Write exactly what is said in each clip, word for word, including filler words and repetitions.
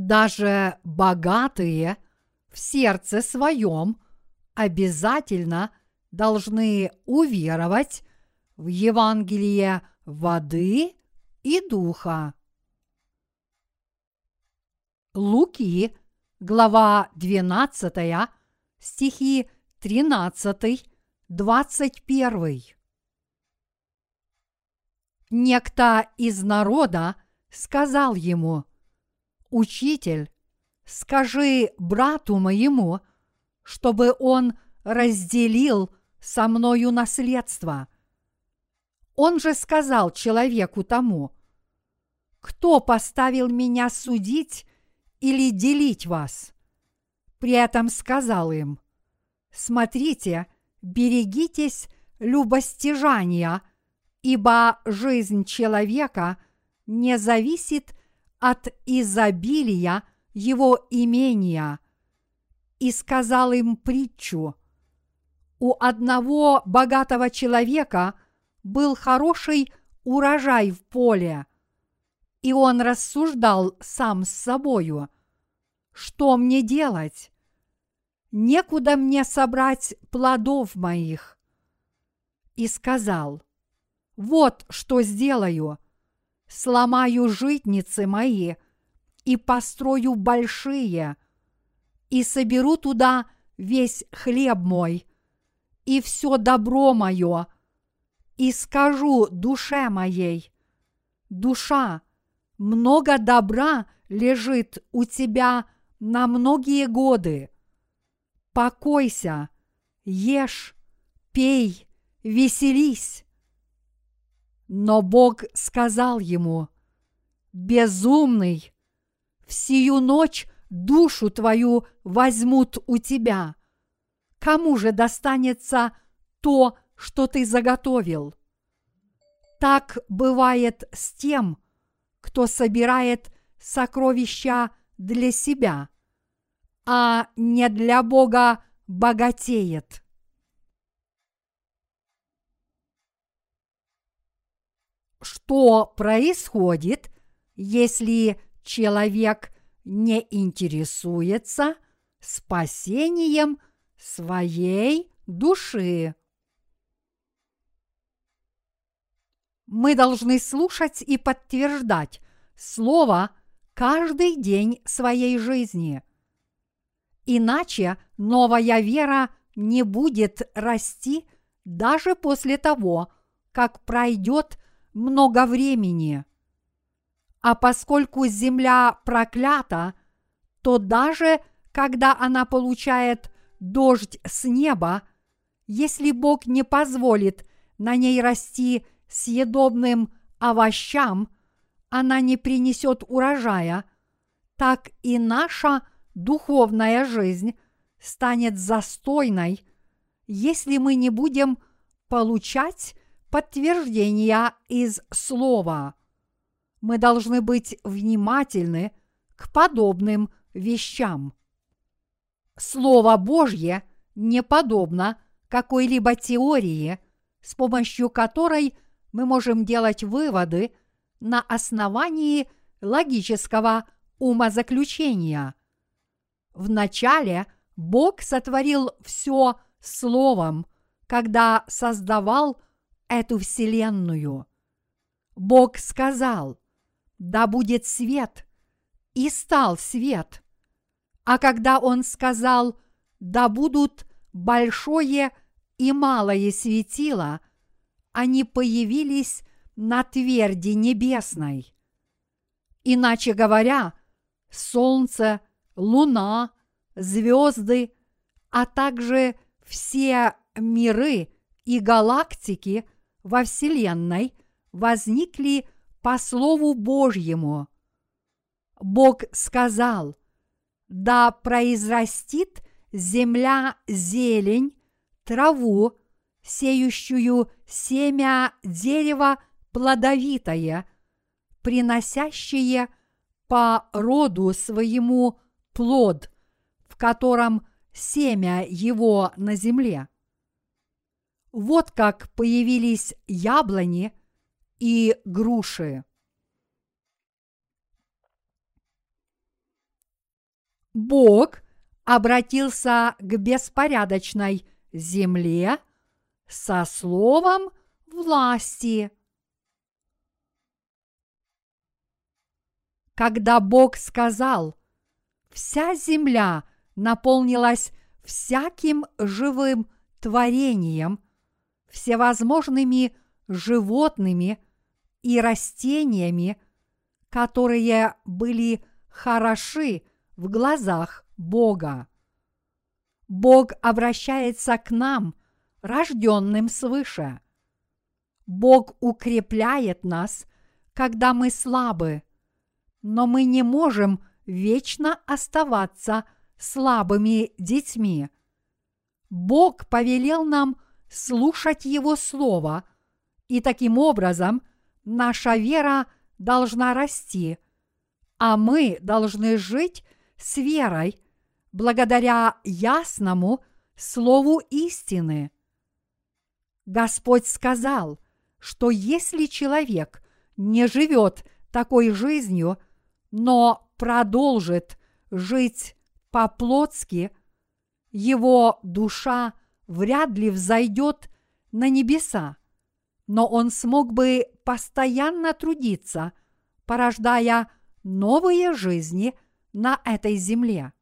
Даже богатые в сердце своем обязательно должны уверовать в Евангелие воды и духа. Луки, глава двенадцатая, стихи тринадцатый, двадцать первый. Некто из народа сказал ему: «Учитель, скажи брату моему, чтобы он разделил со мною наследство». Он же сказал человеку тому: «Кто поставил меня судить или делить вас?» При этом сказал им: «Смотрите, берегитесь любостяжания, ибо жизнь человека не зависит от изобилия его имения». И сказал им притчу: у одного богатого человека был хороший урожай в поле, и он рассуждал сам с собою: что мне делать? Некуда мне собрать плодов моих. И сказал: вот что сделаю: сломаю житницы мои и построю большие, и соберу туда весь хлеб мой и все добро мое, и скажу душе моей: душа, много добра лежит у тебя на многие годы. Покойся, ешь, пей, веселись. Но Бог сказал ему: безумный, в сию ночь душу твою возьмут у тебя. Кому же достанется то, что ты заготовил? Так бывает с тем, кто собирает сокровища для себя, а не для Бога богатеет. Что происходит, если человек не интересуется спасением своей души? Мы должны слушать и подтверждать Слово каждый день своей жизни. Иначе новая вера не будет расти даже после того, как пройдет много времени. А поскольку земля проклята, то даже когда она получает дождь с неба, если Бог не позволит на ней расти съедобным овощам, она не принесет урожая, так и наша духовная жизнь станет застойной, если мы не будем получать подтверждения из Слова. Мы должны быть внимательны к подобным вещам. Слово Божье не подобно какой-либо теории, с помощью которой мы можем делать выводы на основании логического умозаключения. Вначале Бог сотворил все Словом, когда создавал эту вселенную. Бог сказал: «Да будет свет», и стал свет. А когда Он сказал: «Да будут большое и малое светило», они появились на тверди небесной. Иначе говоря, солнце, луна, звезды, а также все миры и галактики во Вселенной возникли по Слову Божьему. Бог сказал: «Да произрастит земля зелень, траву, сеющую семя дерева плодовитое, приносящее по роду своему плод, в котором семя его на земле». Вот как появились яблони и груши. Бог обратился к беспорядочной земле со словом власти. Когда Бог сказал: «Вся земля наполнилась всяким живым творением, всевозможными животными и растениями, которые были хороши в глазах Бога». Бог обращается к нам, рожденным свыше. Бог укрепляет нас, когда мы слабы, но мы не можем вечно оставаться слабыми детьми. Бог повелел нам слушать Его Слово, и таким образом наша вера должна расти, а мы должны жить с верой благодаря ясному Слову истины. Господь сказал, что если человек не живет такой жизнью, но продолжит жить по-плотски, его душа вряд ли взойдет на небеса, но он смог бы постоянно трудиться, порождая новые жизни на этой земле.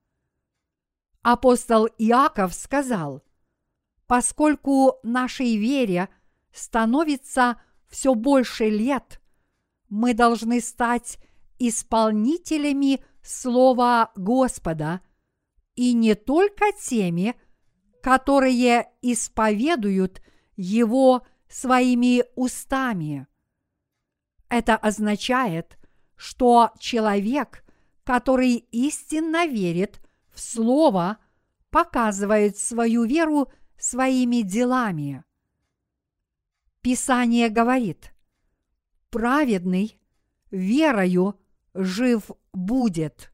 Апостол Иаков сказал: «Поскольку нашей вере становится все больше лет, мы должны стать исполнителями Слова Господа, и не только теми, которые исповедуют Его своими устами». Это означает, что человек, который истинно верит в Слово, показывает свою веру своими делами. Писание говорит: «Праведный верою жив будет».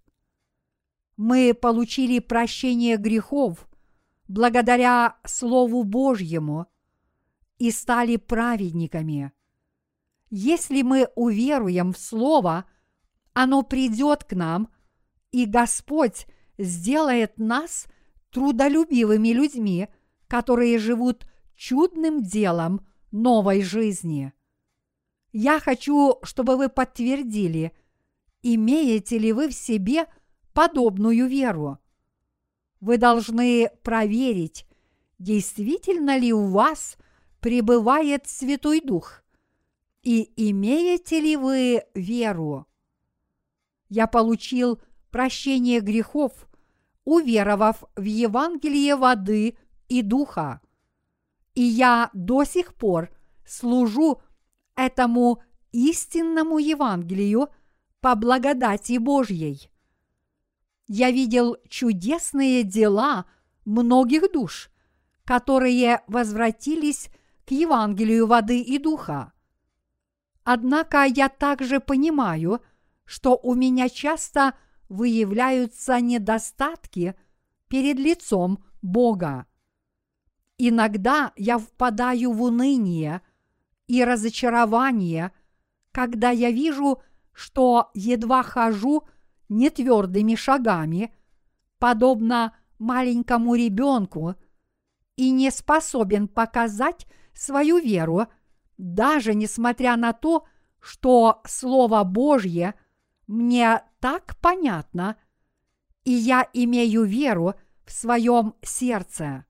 Мы получили прощение грехов благодаря Слову Божьему и стали праведниками. Если мы уверуем в Слово, оно придет к нам, и Господь сделает нас трудолюбивыми людьми, которые живут чудным делом новой жизни. Я хочу, чтобы вы подтвердили, имеете ли вы в себе подобную веру. Вы должны проверить, действительно ли у вас пребывает Святой Дух, и имеете ли вы веру. Я получил прощение грехов, уверовав в Евангелие воды и духа, и я до сих пор служу этому истинному Евангелию по благодати Божьей. Я видел чудесные дела многих душ, которые возвратились к Евангелию воды и духа. Однако я также понимаю, что у меня часто выявляются недостатки перед лицом Бога. Иногда я впадаю в уныние и разочарование, когда я вижу, что едва хожу нетвердыми шагами, подобно маленькому ребенку, и не способен показать свою веру, даже несмотря на то, что Слово Божье мне так понятно, и я имею веру в своем сердце.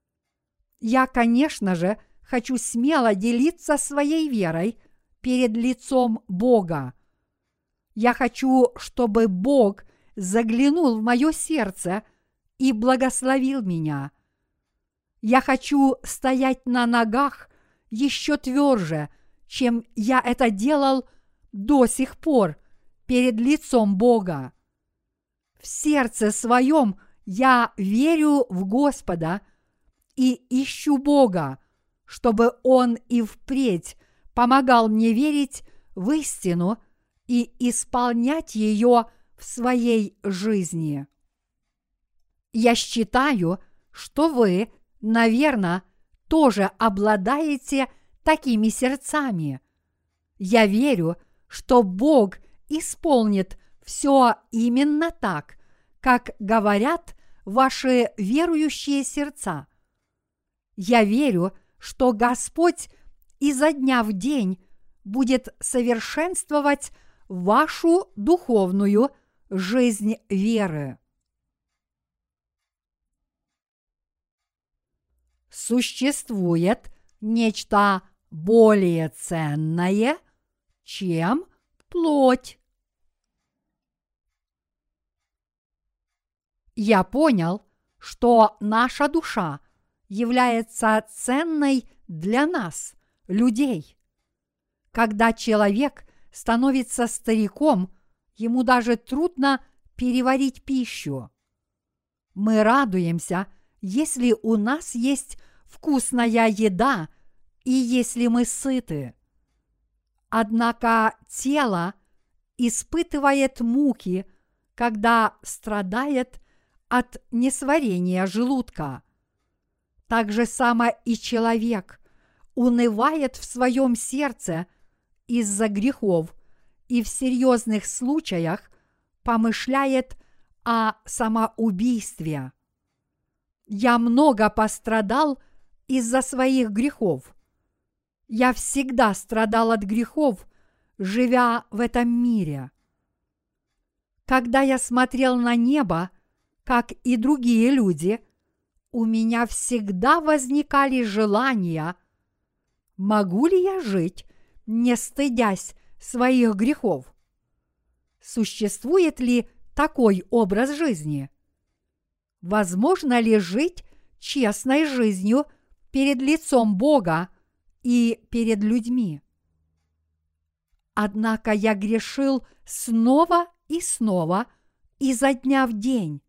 Я, конечно же, хочу смело делиться своей верой перед лицом Бога. Я хочу, чтобы Бог заглянул в мое сердце и благословил меня. Я хочу стоять на ногах еще тверже, чем я это делал до сих пор перед лицом Бога. В сердце своем я верю в Господа и ищу Бога, чтобы Он и впредь помогал мне верить в истину и исполнять ее в своей жизни. Я считаю, что вы, наверное, тоже обладаете такими сердцами. Я верю, что Бог исполнит все именно так, как говорят ваши верующие сердца. Я верю, что Господь изо дня в день будет совершенствовать вашу духовную жизнь веры. Существует нечто более ценное, чем плоть. Я понял, что наша душа является ценной для нас, людей. Когда человек становится стариком, ему даже трудно переварить пищу. Мы радуемся, если у нас есть вкусная еда и если мы сыты. Однако тело испытывает муки, когда страдает от несварения желудка. Так же само и человек унывает в своем сердце из-за грехов и в серьезных случаях помышляет о самоубийстве. Я много пострадал из-за своих грехов. Я всегда страдал от грехов, живя в этом мире. Когда я смотрел на небо, как и другие люди, у меня всегда возникали желания, могу ли я жить, не стыдясь своих грехов? Существует ли такой образ жизни? Возможно ли жить честной жизнью перед лицом Бога и перед людьми? Однако я грешил снова и снова изо дня в день.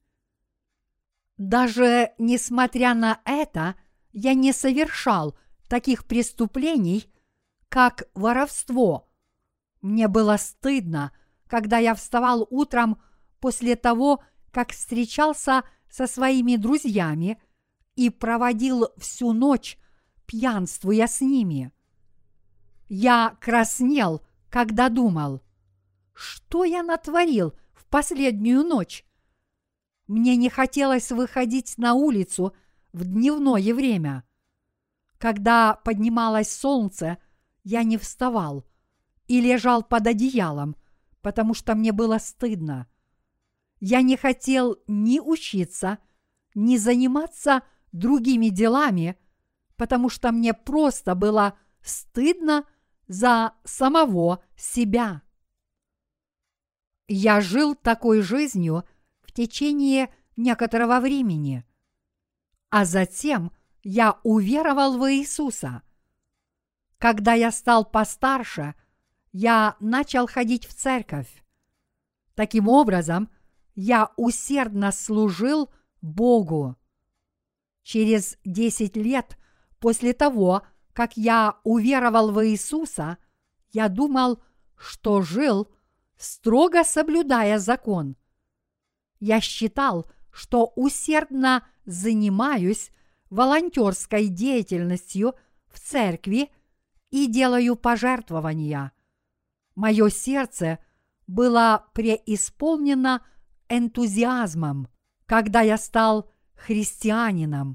Даже несмотря на это, я не совершал таких преступлений, как воровство. Мне было стыдно, когда я вставал утром после того, как встречался со своими друзьями и проводил всю ночь, пьянствуя с ними. Я краснел, когда думал, что я натворил в последнюю ночь. Мне не хотелось выходить на улицу в дневное время. Когда поднималось солнце, я не вставал и лежал под одеялом, потому что мне было стыдно. Я не хотел ни учиться, ни заниматься другими делами, потому что мне просто было стыдно за самого себя. Я жил такой жизнью в течение некоторого времени, а затем я уверовал в Иисуса. Когда я стал постарше, я начал ходить в церковь. Таким образом, я усердно служил Богу. Через десять лет после того, как я уверовал в Иисуса, я думал, что жил, строго соблюдая закон. Я считал, что усердно занимаюсь волонтерской деятельностью в церкви и делаю пожертвования. Мое сердце было преисполнено энтузиазмом, когда я стал христианином.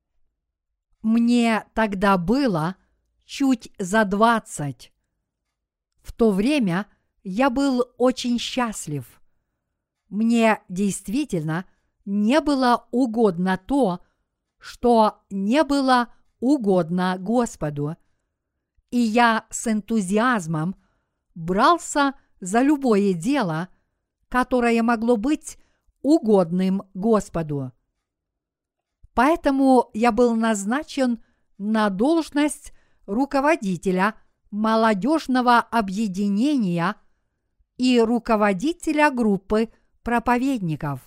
Мне тогда было чуть за двадцать. В то время я был очень счастлив. Мне действительно не было угодно то, что не было угодно Господу, и я с энтузиазмом брался за любое дело, которое могло быть угодным Господу. Поэтому я был назначен на должность руководителя молодежного объединения и руководителя группы проповедников.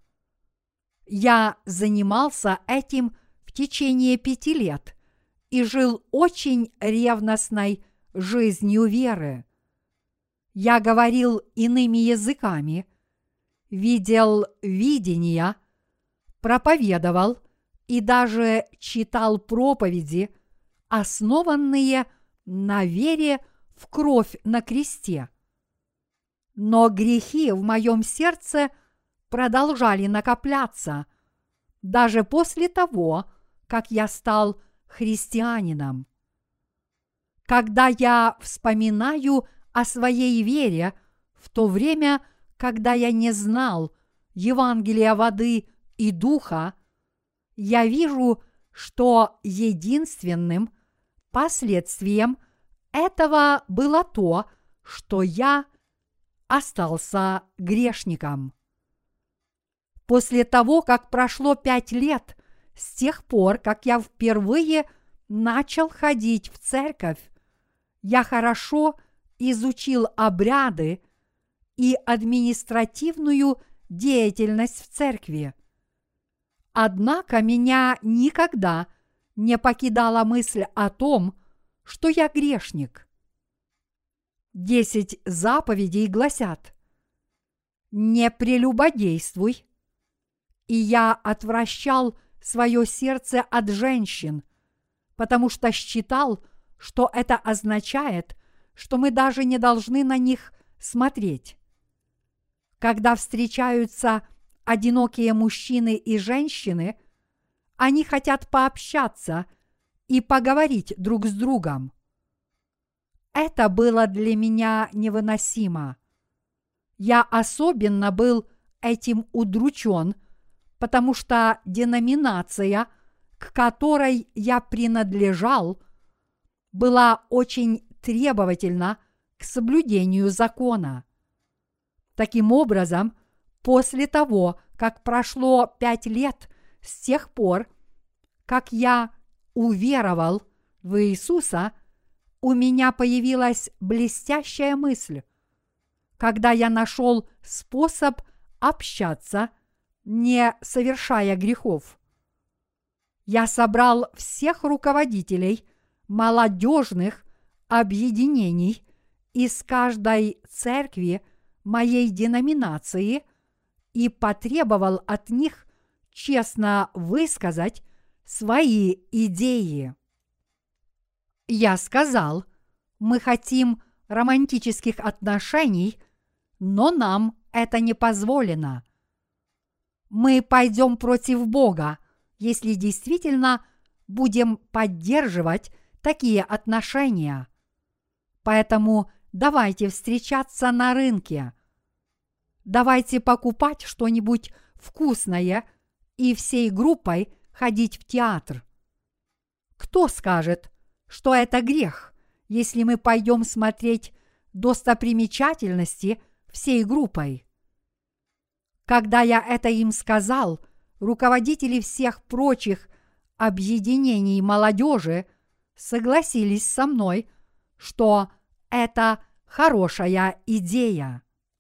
Я занимался этим в течение пяти лет и жил очень ревностной жизнью веры. Я говорил иными языками, видел видения, проповедовал и даже читал проповеди, основанные на вере в кровь на кресте. Но грехи в моем сердце продолжали накопляться, даже после того, как я стал христианином. Когда я вспоминаю о своей вере в то время, когда я не знал Евангелия воды и духа, я вижу, что единственным последствием этого было то, что я остался грешником. После того, как прошло пять лет с тех пор, как я впервые начал ходить в церковь, я хорошо изучил обряды и административную деятельность в церкви. Однако меня никогда не покидала мысль о том, что я грешник. Десять заповедей гласят: «Не прелюбодействуй». И я отвращал свое сердце от женщин, потому что считал, что это означает, что мы даже не должны на них смотреть. Когда встречаются одинокие мужчины и женщины, они хотят пообщаться и поговорить друг с другом. Это было для меня невыносимо. Я особенно был этим удручен, потому что деноминация, к которой я принадлежал, была очень требовательна к соблюдению закона. Таким образом, после того, как прошло пять лет с тех пор, как я уверовал в Иисуса, у меня появилась блестящая мысль, когда я нашел способ общаться, не совершая грехов. Я собрал всех руководителей молодежных объединений из каждой церкви моей деноминации и потребовал от них честно высказать свои идеи. Я сказал: мы хотим романтических отношений, но нам это не позволено. Мы пойдем против Бога, если действительно будем поддерживать такие отношения. Поэтому давайте встречаться на рынке. Давайте покупать что-нибудь вкусное и всей группой ходить в театр. Кто скажет, что это грех, если мы пойдем смотреть достопримечательности всей группой? Когда я это им сказал, руководители всех прочих объединений молодежи согласились со мной, что это хорошая идея.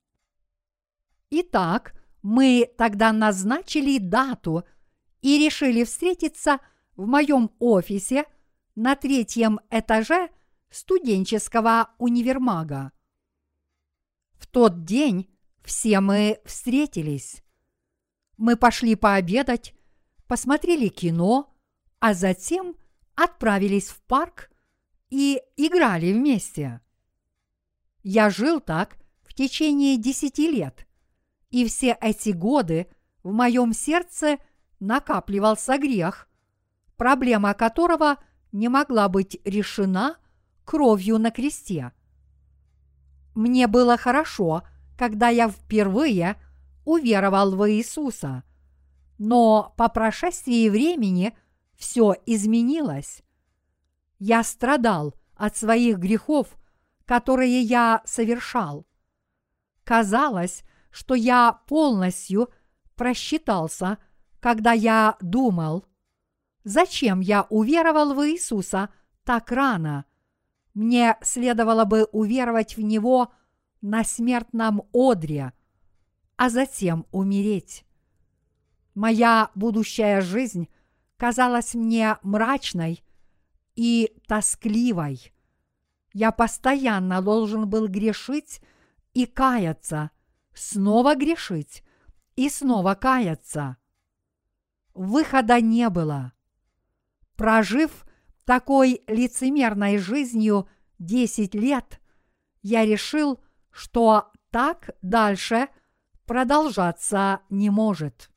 Итак, мы тогда назначили дату и решили встретиться в моем офисе на третьем этаже студенческого универмага. В тот день все мы встретились. Мы пошли пообедать, посмотрели кино, а затем отправились в парк и играли вместе. Я жил так в течение десяти лет, и все эти годы в моем сердце накапливался грех, проблема которого не могла быть решена кровью на кресте. Мне было хорошо, когда я впервые уверовал в Иисуса, но по прошествии времени все изменилось. Я страдал от своих грехов, которые я совершал. Казалось, что я полностью просчитался, когда я думал: зачем я уверовал в Иисуса так рано? Мне следовало бы уверовать в Него на смертном одре, а затем умереть. Моя будущая жизнь казалась мне мрачной и тоскливой. Я постоянно должен был грешить и каяться, снова грешить и снова каяться. Выхода не было. Прожив такой лицемерной жизнью десять лет, я решил, что так дальше продолжаться не может.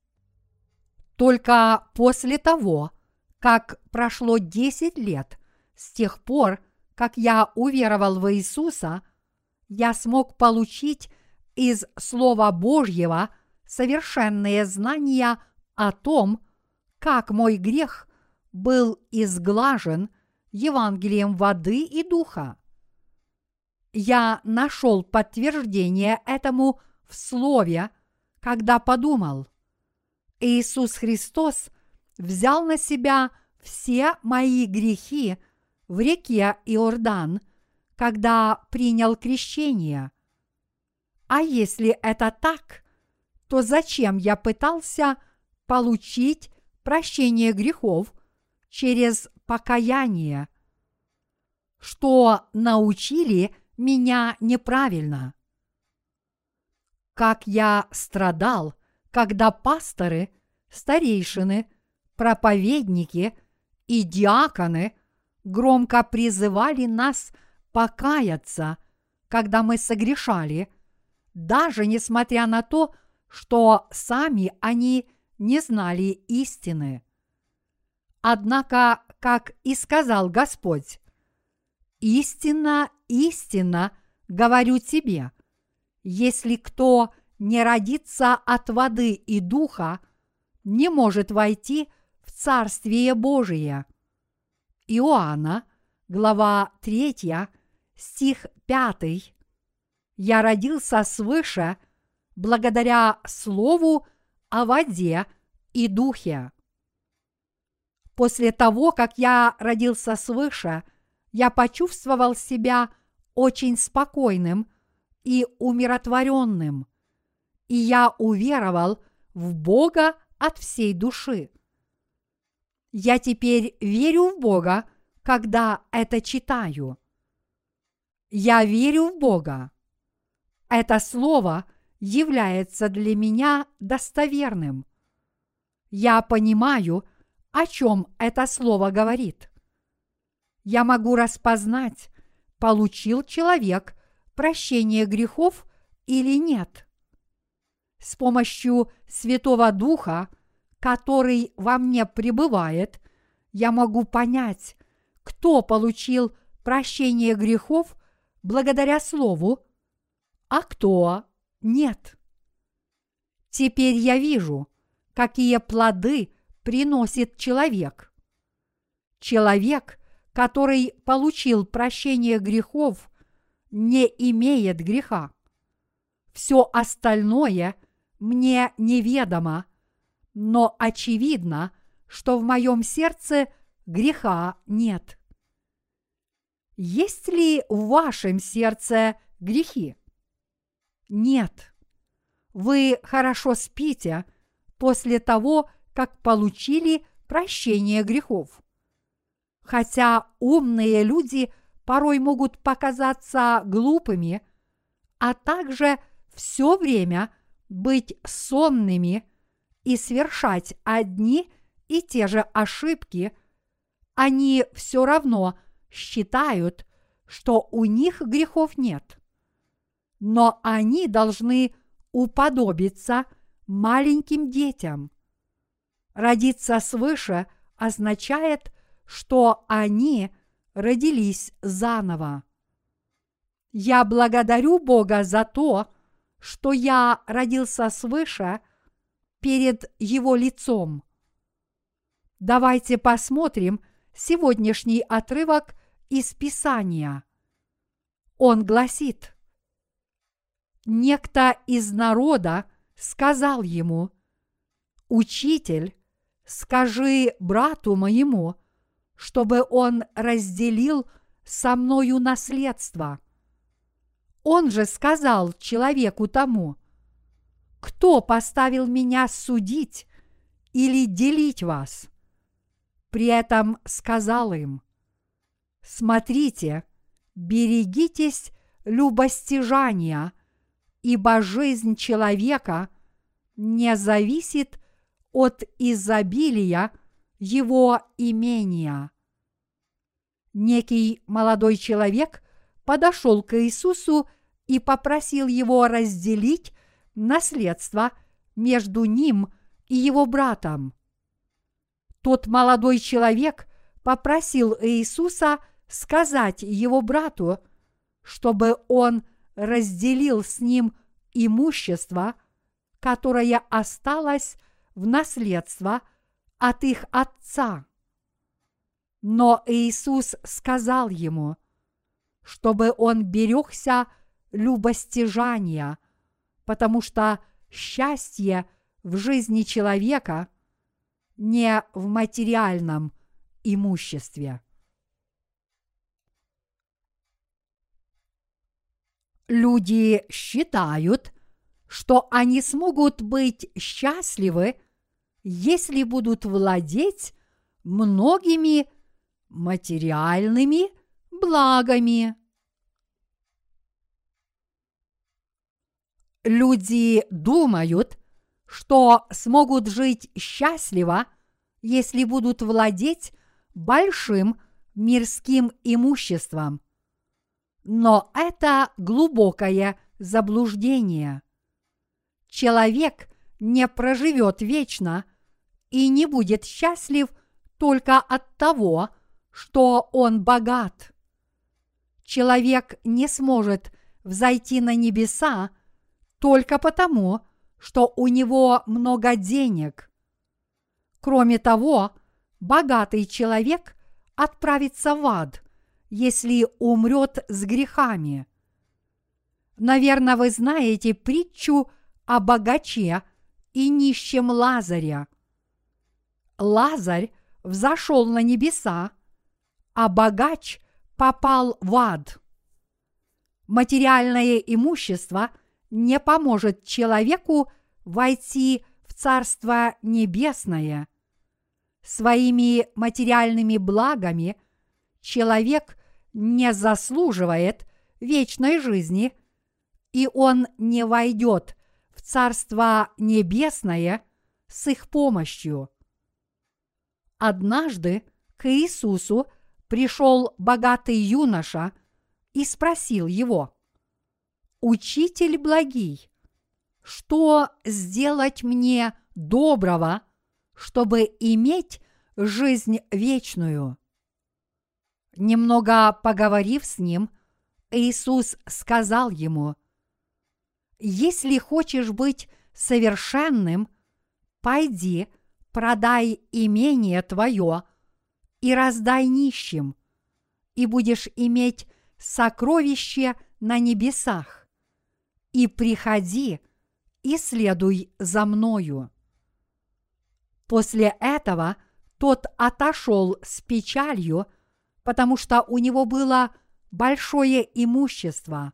Только после того, как прошло десять лет с тех пор, как я уверовал в Иисуса, я смог получить из Слова Божьего совершенные знания о том, как мой грех был изглажен Евангелием воды и духа. Я нашел подтверждение этому в Слове, когда подумал: Иисус Христос взял на себя все мои грехи в реке Иордан, когда принял крещение. А если это так, то зачем я пытался получить прощение грехов через покаяние? Что научили меня неправильно? Как я страдал, когда пасторы, старейшины, проповедники и диаконы громко призывали нас покаяться, когда мы согрешали, даже несмотря на то, что сами они не знали истины. Однако, как и сказал Господь: «Истинно, истинно говорю тебе, если кто не родится от воды и духа, не может войти в Царствие Божие». Иоанна, глава третья, стих пятый. Я родился свыше благодаря Слову о воде и духе. После того, как я родился свыше, я почувствовал себя очень спокойным и умиротворенным, и я уверовал в Бога от всей души. Я теперь верю в Бога, когда это читаю. Я верю в Бога. Это слово является для меня достоверным. Я понимаю, о чем это слово говорит. Я могу распознать, получил человек прощение грехов или нет. С помощью Святого Духа, который во мне пребывает, я могу понять, кто получил прощение грехов благодаря Слову, а кто нет. Теперь я вижу, какие плоды приносит человек. Человек, который получил прощение грехов, не имеет греха. Все остальное мне неведомо, но очевидно, что в моем сердце греха нет. Есть ли в вашем сердце грехи? Нет. Вы хорошо спите после того, как получили прощение грехов. Хотя умные люди порой могут показаться глупыми, а также все время быть сонными и совершать одни и те же ошибки, они все равно считают, что у них грехов нет. Но они должны уподобиться маленьким детям. Родиться свыше означает, что они родились заново. Я благодарю Бога за то, что я родился свыше перед Его лицом. Давайте посмотрим сегодняшний отрывок из Писания. Он гласит: «Некто из народа сказал ему: Учитель, скажи брату моему, чтобы он разделил со мною наследство. Он же сказал человеку тому: Кто поставил меня судить или делить вас? При этом сказал им: Смотрите, берегитесь любостяжания, ибо жизнь человека не зависит от изобилия его имения». Некий молодой человек подошел к Иисусу и попросил его разделить наследство между ним и его братом. Тот молодой человек попросил Иисуса сказать его брату, чтобы он разделил с ним имущество, которое осталось в наследство от их отца. Но Иисус сказал ему, чтобы он берегся любостяжания, потому что счастье в жизни человека не в материальном имуществе. Люди считают, что они смогут быть счастливы, если будут владеть многими материальными благами. Люди думают, что смогут жить счастливо, если будут владеть большим мирским имуществом. Но это глубокое заблуждение. Человек не проживет вечно и не будет счастлив только от того, что он богат. Человек не сможет взойти на небеса только потому, что у него много денег. Кроме того, богатый человек отправится в ад, если умрет с грехами. Наверное, вы знаете притчу о богаче и нищем Лазаре. Лазарь взошел на небеса, а богач попал в ад. Материальное имущество не поможет человеку войти в Царство Небесное. Своими материальными благами человек не заслуживает вечной жизни, и он не войдет в Царство Небесное с их помощью. Однажды к Иисусу пришел богатый юноша и спросил его: «Учитель благий, что сделать мне доброго, чтобы иметь жизнь вечную?» Немного поговорив с ним, Иисус сказал ему: «Если хочешь быть совершенным, пойди, продай имение твое и раздай нищим, и будешь иметь сокровище на небесах, и приходи и следуй за мною». После этого тот отошел с печалью, потому что у него было большое имущество.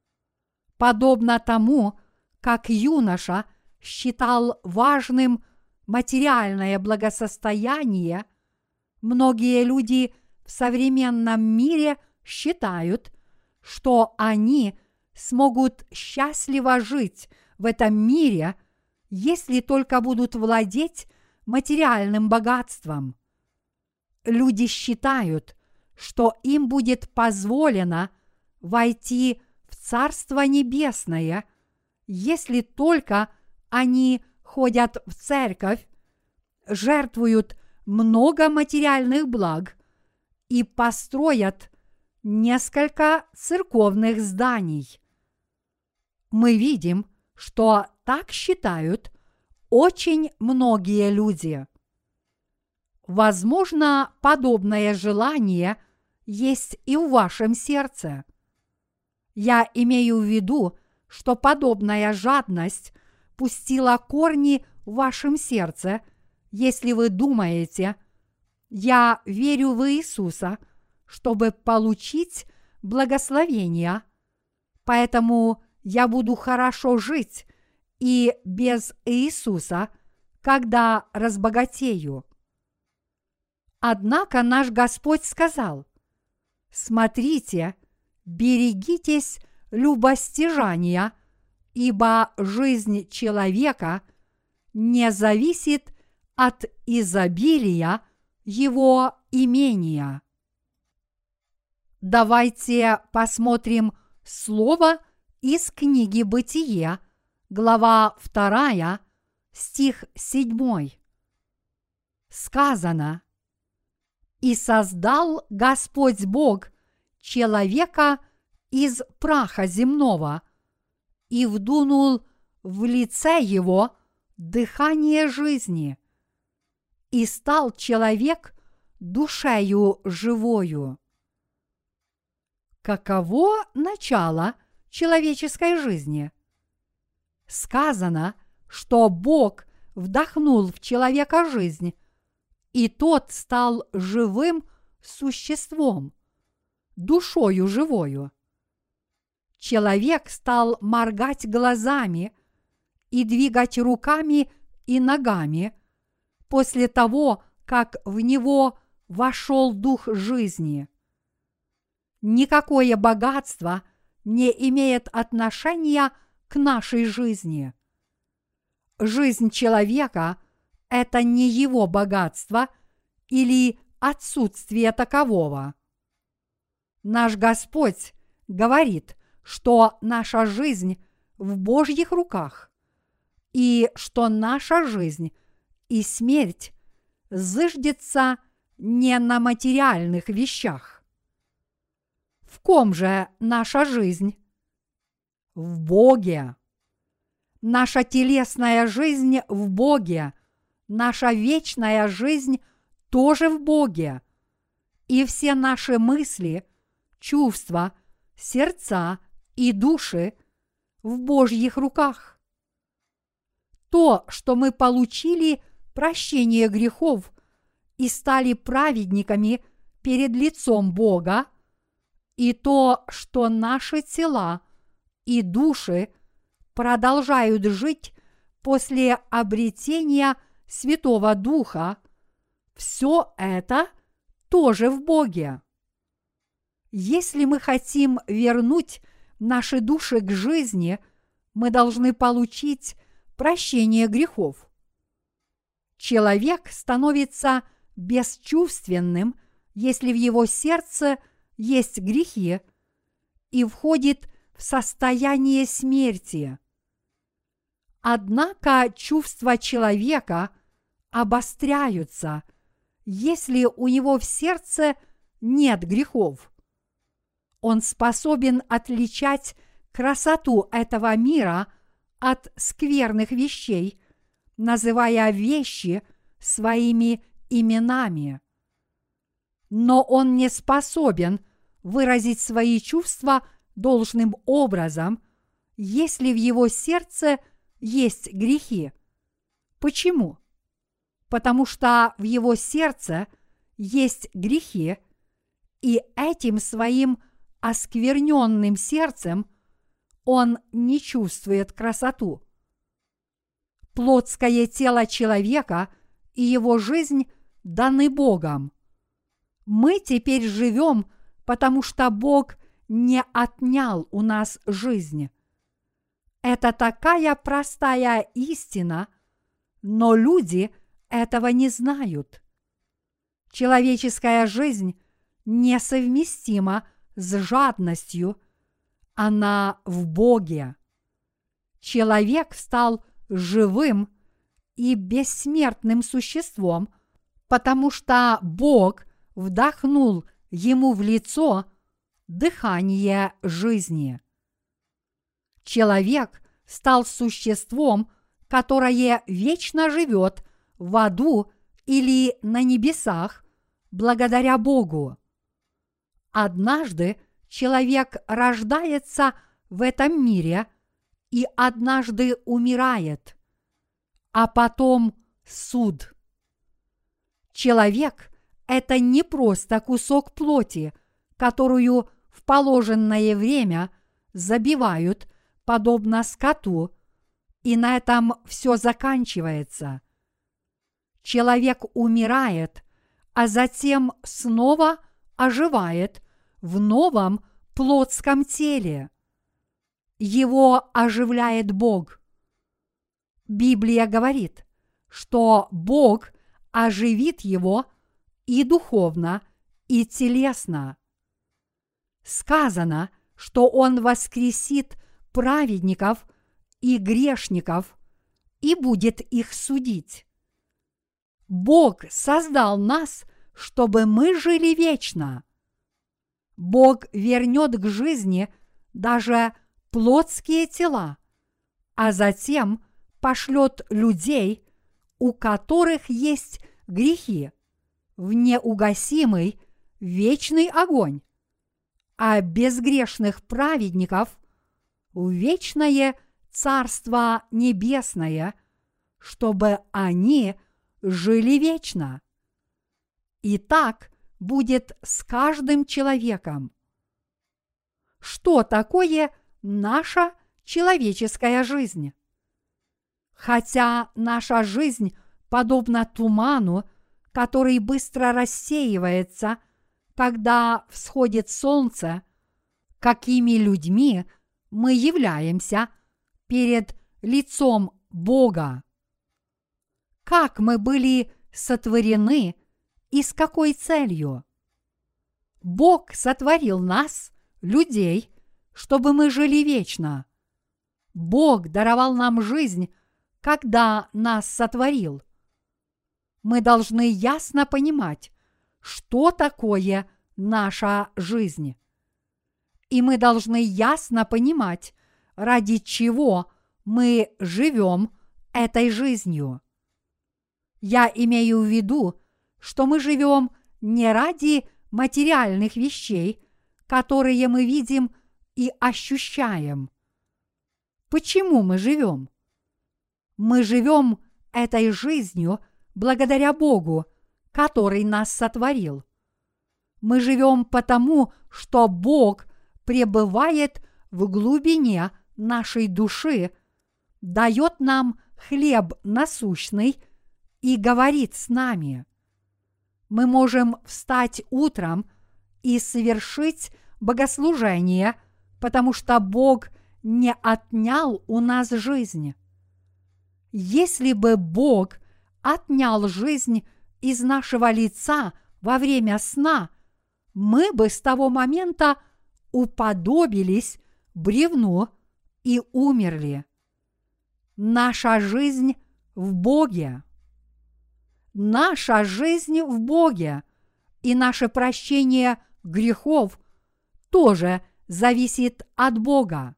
Подобно тому, как юноша считал важным материальное благосостояние, многие люди в современном мире считают, что они смогут счастливо жить в этом мире, если только будут владеть материальным богатством. Люди считают, что им будет позволено войти в Царство Небесное, если только они ходят в церковь, жертвуют много материальных благ и построят несколько церковных зданий. Мы видим, что так считают очень многие люди. Возможно, подобное желание есть и в вашем сердце. Я имею в виду, что подобная жадность пустила корни в вашем сердце, если вы думаете: «Я верю в Иисуса, чтобы получить благословение, поэтому я буду хорошо жить и без Иисуса, когда разбогатею». Однако наш Господь сказал: «Смотрите, берегитесь любостяжания, ибо жизнь человека не зависит от изобилия его имения». Давайте посмотрим слово из книги Бытие, глава вторая, стих седьмой. Сказано: «И создал Господь Бог человека из праха земного, и вдунул в лице его дыхание жизни, и стал человек душею живою». Каково начало человеческой жизни? Сказано, что Бог вдохнул в человека жизнь, и тот стал живым существом, душою живою. Человек стал моргать глазами и двигать руками и ногами после того, как в него вошел дух жизни. Никакое богатство не имеет отношения к нашей жизни. Жизнь человека – это не его богатство или отсутствие такового. Наш Господь говорит, что наша жизнь в Божьих руках, и что наша жизнь и смерть зыждется не на материальных вещах. В ком же наша жизнь? В Боге. Наша телесная жизнь в Боге, наша вечная жизнь тоже в Боге, и все наши мысли, чувства, сердца и души в Божьих руках. То, что мы получили прощение грехов и стали праведниками перед лицом Бога, и то, что наши тела и души продолжают жить после обретения Святого Духа, все это тоже в Боге. Если мы хотим вернуть наши души к жизни, мы должны получить прощение грехов. Человек становится бесчувственным, если в его сердце есть грехи, и входит в состояние смерти. Однако чувства человека обостряются, если у него в сердце нет грехов. Он способен отличать красоту этого мира от скверных вещей, называя вещи своими именами. Но он не способен выразить свои чувства должным образом, если в его сердце есть грехи. Почему? Потому что в его сердце есть грехи, и этим своим оскверненным сердцем он не чувствует красоту. Плотское тело человека и его жизнь даны Богом. Мы теперь живем, потому что Бог не отнял у нас жизнь. Это такая простая истина, но люди этого не знают. Человеческая жизнь несовместима с жадностью, она в Боге. Человек стал живым и бессмертным существом, потому что Бог вдохнул ему в лицо дыхание жизни. Человек стал существом, которое вечно живет в аду или на небесах благодаря Богу. Однажды человек рождается в этом мире и однажды умирает, а потом суд. Человек – это не просто кусок плоти, которую в положенное время забивают, подобно скоту, и на этом все заканчивается. Человек умирает, а затем снова оживает в новом плотском теле. Его оживляет Бог. Библия говорит, что Бог оживит его и духовно, и телесно. Сказано, что Он воскресит праведников и грешников и будет их судить. Бог создал нас, чтобы мы жили вечно. Бог вернет к жизни даже плотские тела, а затем пошлет людей, у которых есть грехи, в неугасимый вечный огонь, а безгрешных праведников в вечное Царство Небесное, чтобы они жили вечно. И так будет с каждым человеком. Что такое наша человеческая жизнь? Хотя наша жизнь подобна туману, который быстро рассеивается, когда всходит солнце, какими людьми мы являемся перед лицом Бога? Как мы были сотворены и с какой целью? Бог сотворил нас, людей, чтобы мы жили вечно. Бог даровал нам жизнь, когда нас сотворил. Мы должны ясно понимать, что такое наша жизнь. И мы должны ясно понимать, ради чего мы живем этой жизнью. Я имею в виду, что мы живем не ради материальных вещей, которые мы видим и ощущаем. Почему мы живем? Мы живем этой жизнью благодаря Богу, который нас сотворил. Мы живем потому, что Бог пребывает в глубине нашей души, дает нам хлеб насущный и говорит с нами. Мы можем встать утром и совершить богослужение, потому что Бог не отнял у нас жизнь. Если бы Бог отнял жизнь из нашего лица во время сна, мы бы с того момента уподобились бревну и умерли. Наша жизнь в Боге. Наша жизнь в Боге и наше прощение грехов тоже зависит от Бога.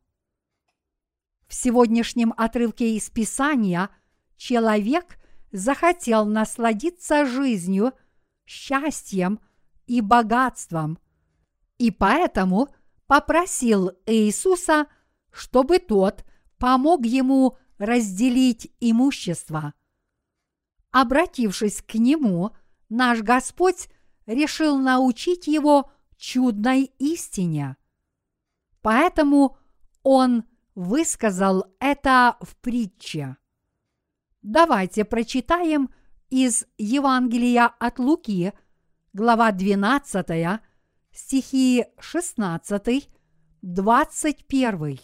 В сегодняшнем отрывке из Писания человек захотел насладиться жизнью, счастьем и богатством, и поэтому попросил Иисуса, чтобы тот помог ему разделить имущество. Обратившись к нему, наш Господь решил научить его чудной истине. Поэтому он высказал это в притче. Давайте прочитаем из Евангелия от Луки, глава двенадцатая, стихи шестнадцатый, двадцать первый.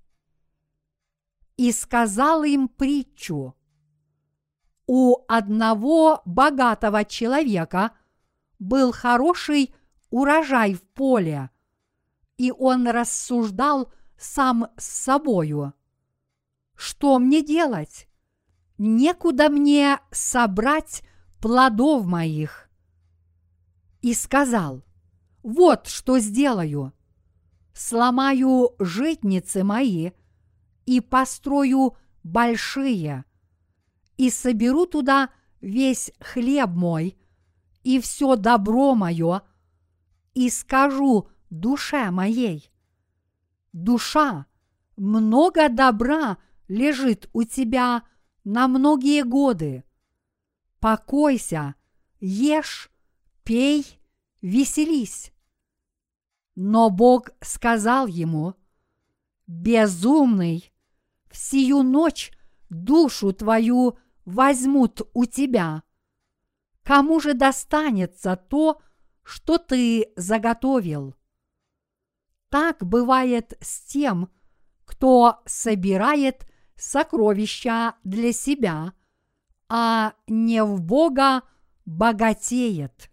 «И сказал им притчу: у одного богатого человека был хороший урожай в поле, и он рассуждал сам с собою: что мне делать? Некуда мне собрать плодов моих. И сказал: вот что сделаю: сломаю житницы мои и построю большие, и соберу туда весь хлеб мой и все добро мое, и скажу душе моей: душа, много добра лежит у тебя на многие годы. Покойся, ешь, пей, веселись. Но Бог сказал ему: безумный, в сию ночь душу твою возьмут у тебя. Кому же достанется то, что ты заготовил? Так бывает с тем, кто собирает сокровища для себя, а не в Бога богатеет.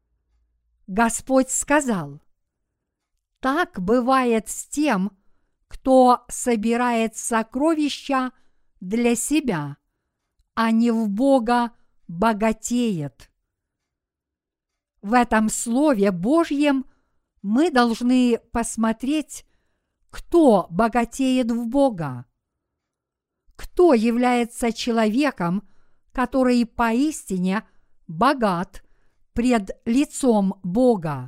Господь сказал: так бывает с тем, кто собирает сокровища для себя, а не в Бога богатеет. В этом Слове Божьем мы должны посмотреть, кто богатеет в Бога, кто является человеком, который поистине богат пред лицом Бога.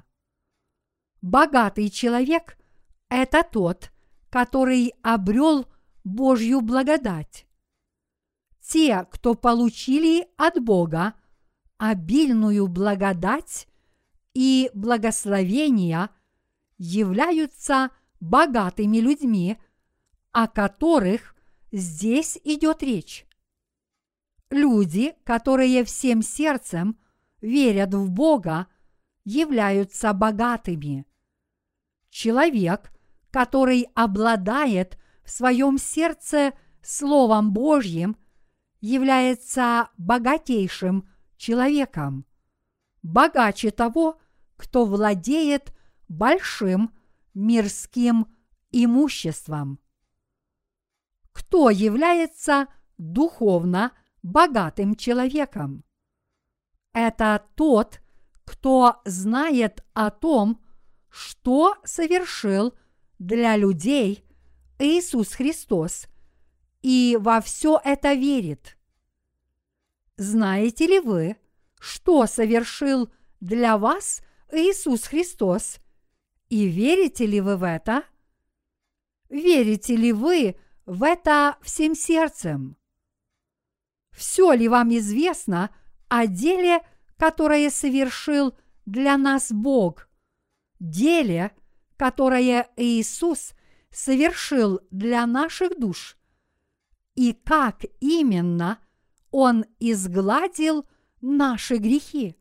Богатый человек – это тот, который обрел Божью благодать. Те, кто получили от Бога обильную благодать и благословения, являются богатыми людьми, о которых здесь идет речь. Люди, которые всем сердцем верят в Бога, являются богатыми. Человек, который обладает в своем сердце Словом Божьим, является богатейшим человеком, богаче того, кто владеет большим мирским имуществом. Кто является духовно богатым человеком? Это тот, кто знает о том, что совершил для людей Иисус Христос, и во все это верит. Знаете ли вы, что совершил для вас Иисус Христос, и верите ли вы в это? Верите ли вы в это всем сердцем? Все ли вам известно о деле, которое совершил для нас Бог, деле, которое Иисус совершил для наших душ, и как именно Он изгладил наши грехи?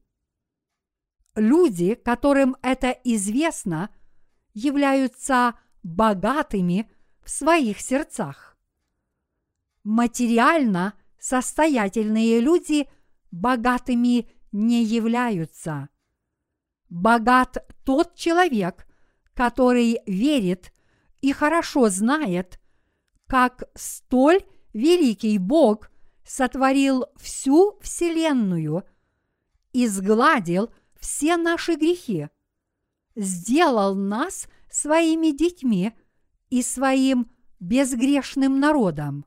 Люди, которым это известно, являются богатыми в своих сердцах. Материально состоятельные люди богатыми не являются. Богат тот человек, который верит и хорошо знает, как столь великий Бог сотворил всю вселенную, изгладил все наши грехи, сделал нас своими детьми и своим безгрешным народом.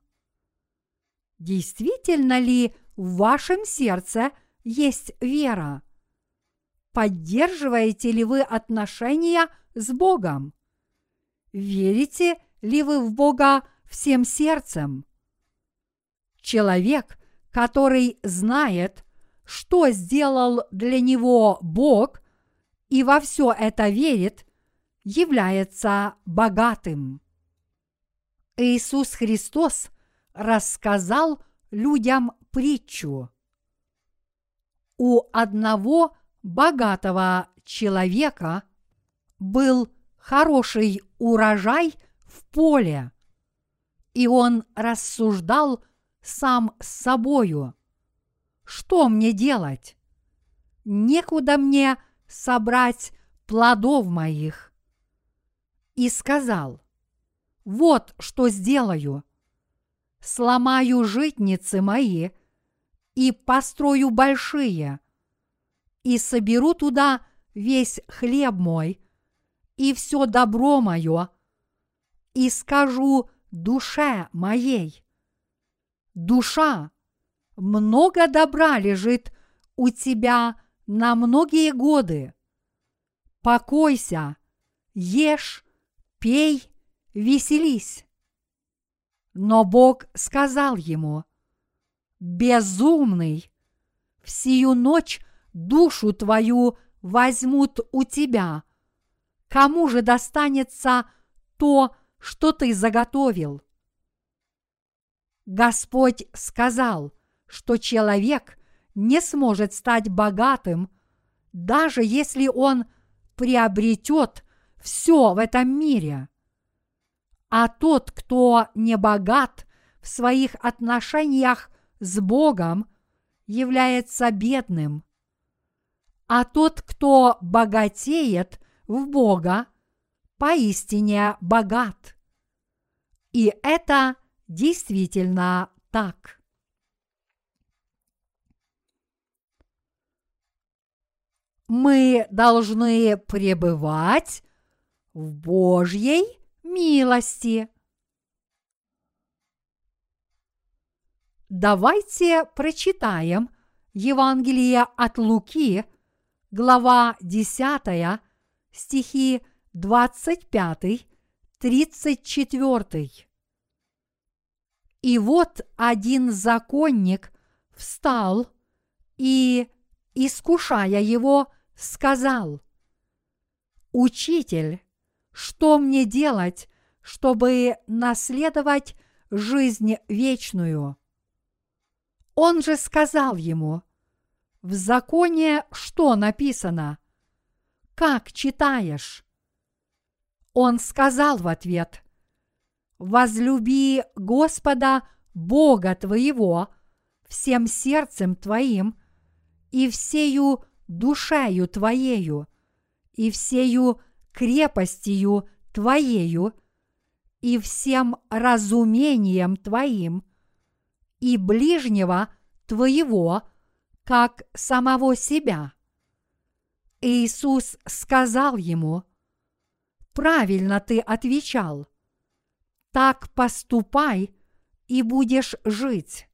Действительно ли в вашем сердце есть вера? Поддерживаете ли вы отношения с Богом? Верите ли вы в Бога всем сердцем? Человек, который знает, что сделал для него Бог, и во все это верит, является богатым. Иисус Христос рассказал людям притчу. У одного богатого человека был хороший урожай в поле, и он рассуждал сам с собою: что мне делать? Некуда мне собрать плодов моих. И сказал: вот что сделаю. Сломаю житницы мои и построю большие, и соберу туда весь хлеб мой и все добро мое, и скажу душе моей: душа, много добра лежит у тебя на многие годы. Покойся, ешь, пей, веселись. Но Бог сказал ему: безумный, в сию ночь душу твою возьмут у тебя. Кому же достанется то, что ты заготовил? Господь сказал, что человек не сможет стать богатым, даже если он приобретет все в этом мире. А тот, кто не богат в своих отношениях с Богом, является бедным. А тот, кто богатеет в Бога, поистине богат. И это действительно так. Мы должны пребывать в Божьей милости. Давайте прочитаем Евангелие от Луки, глава десятая, стихи двадцать пятый тридцать четыре. И вот один законник встал и, искушая его, сказал: «Учитель, что мне делать, чтобы наследовать жизнь вечную?» Он же сказал ему: «В законе что написано? Как читаешь?» Он сказал в ответ: «Возлюби Господа Бога твоего всем сердцем твоим и всею душею твоею и всею крепостью твоею и всем разумением твоим, и ближнего твоего, как самого себя». Иисус сказал ему: «Правильно ты отвечал. Так поступай, и будешь жить».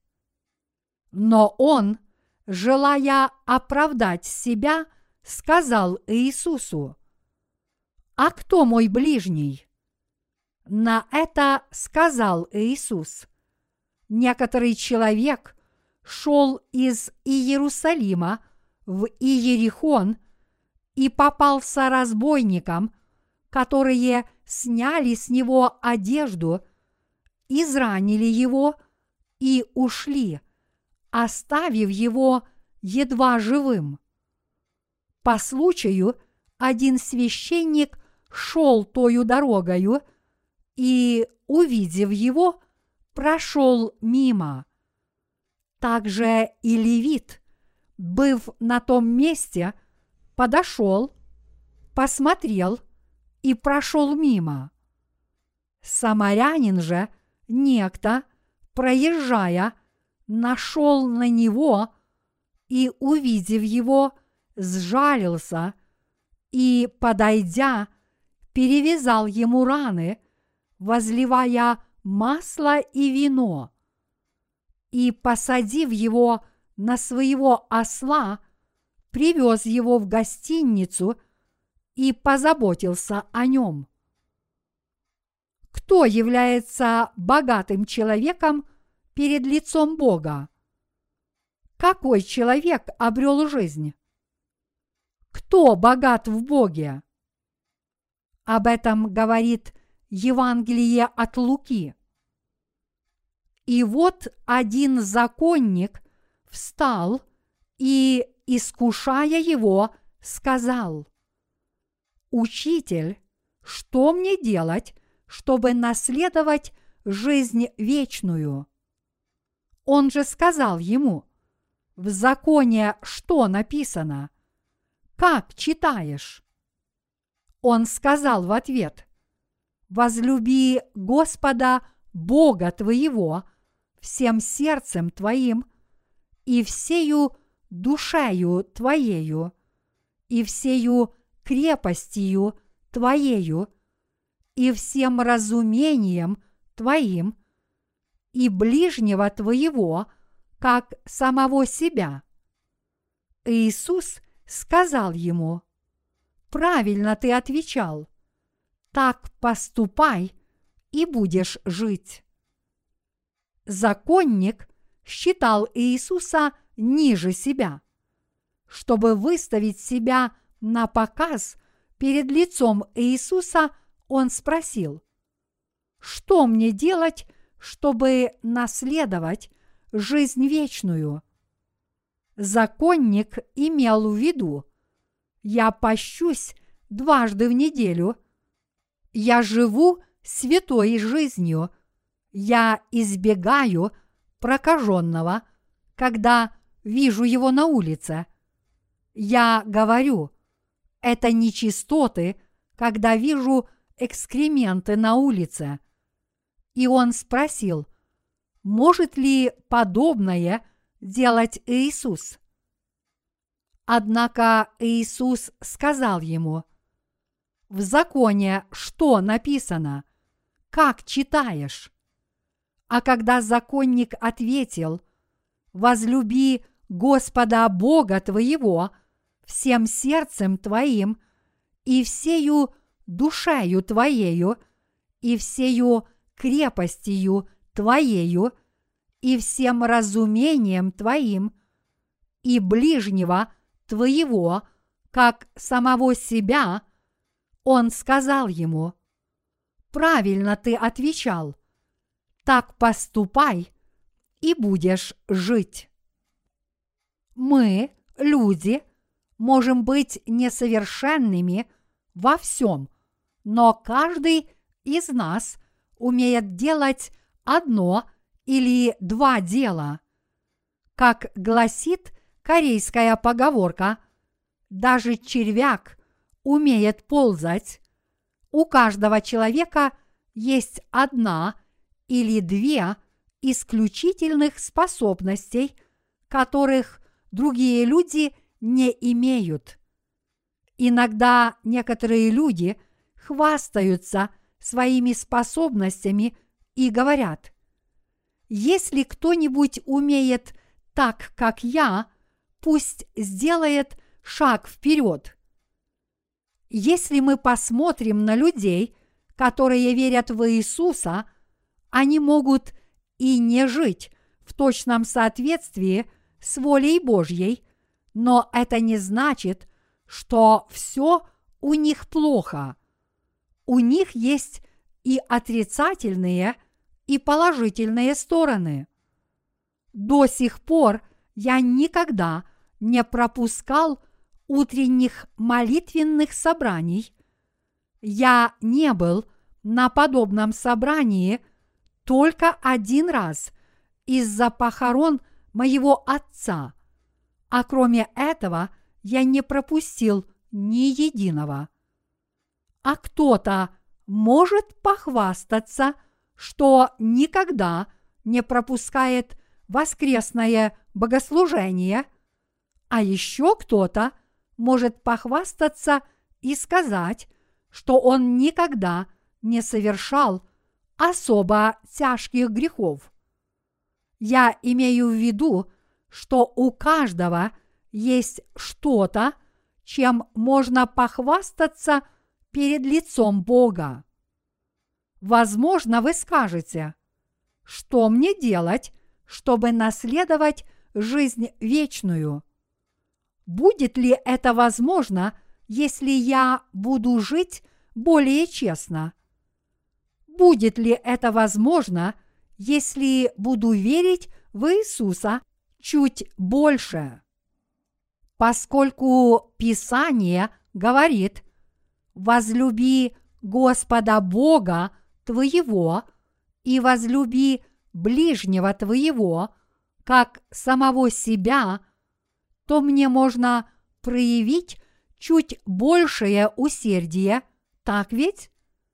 Но он, желая оправдать себя, сказал Иисусу: «А кто мой ближний?» На это сказал Иисус: «Некоторый человек шел из Иерусалима в Иерихон и попался разбойникам, которые сняли с него одежду, изранили его и ушли, оставив его едва живым. По случаю один священник шел тою дорогою и, увидев его, прошел мимо. Также и левит, быв на том месте, подошел, посмотрел и прошел мимо. Самарянин же, некто, проезжая, нашел на него и, увидев его, сжалился и, подойдя, перевязал ему раны, возливая масло и вино. И, посадив его на своего осла, привез его в гостиницу и позаботился о нем. Кто является богатым человеком перед лицом Бога? Какой человек обрел жизнь? Кто богат в Боге? Об этом говорит Евангелие от Луки. И вот один законник встал и, искушая его, сказал: «Учитель, что мне делать, чтобы наследовать жизнь вечную?» Он же сказал ему: «В законе что написано? Как читаешь?» Он сказал в ответ: «Возлюби Господа Бога твоего всем сердцем твоим и всею душею твоею и всею крепостью твоею и всем разумением твоим и ближнего твоего, как самого себя». Иисус сказал ему: «Правильно ты отвечал. Так поступай, и будешь жить». Законник считал Иисуса ниже себя. Чтобы выставить себя на показ перед лицом Иисуса, он спросил: «Что мне делать, чтобы наследовать жизнь вечную?» Законник имел в виду: «Я пощусь дважды в неделю, я живу святой жизнью, я избегаю прокаженного, когда вижу его на улице. Я говорю: это нечистоты, когда вижу экскременты на улице. И он спросил, может ли подобное делать Иисус? Однако Иисус сказал ему, в законе что написано? Как читаешь? А когда законник ответил, возлюби Господа Бога твоего всем сердцем твоим и всею душею твоею и всею крепостью твоею и всем разумением твоим и ближнего твоего, как самого себя, он сказал ему, правильно ты отвечал, так поступай и будешь жить. Мы, люди, можем быть несовершенными во всем, но каждый из нас умеет делать одно или два дела. Как гласит корейская поговорка, даже червяк умеет ползать. У каждого человека есть одна или две исключительных способностей, которых другие люди не имеют. Иногда некоторые люди хвастаются своими способностями и говорят, если кто-нибудь умеет так, как я, пусть сделает шаг вперед. Если мы посмотрим на людей, которые верят в Иисуса, они могут и не жить в точном соответствии с волей Божьей, но это не значит, что все у них плохо. У них есть и отрицательные, и положительные стороны. До сих пор я никогда не пропускал утренних молитвенных собраний. Я не был на подобном собрании только один раз из-за похорон моего отца, а кроме этого я не пропустил ни единого. А кто-то может похвастаться, что никогда не пропускает воскресное богослужение, а еще кто-то может похвастаться и сказать, что он никогда не совершал особо тяжких грехов. Я имею в виду, что у каждого есть что-то, чем можно похвастаться перед лицом Бога. Возможно, вы скажете, что мне делать, чтобы наследовать жизнь вечную? Будет ли это возможно, если я буду жить более честно? Будет ли это возможно, если буду верить в Иисуса чуть больше? Поскольку Писание говорит: возлюби Господа Бога твоего и возлюби ближнего твоего, как самого себя, то мне можно проявить чуть большее усердие, так ведь?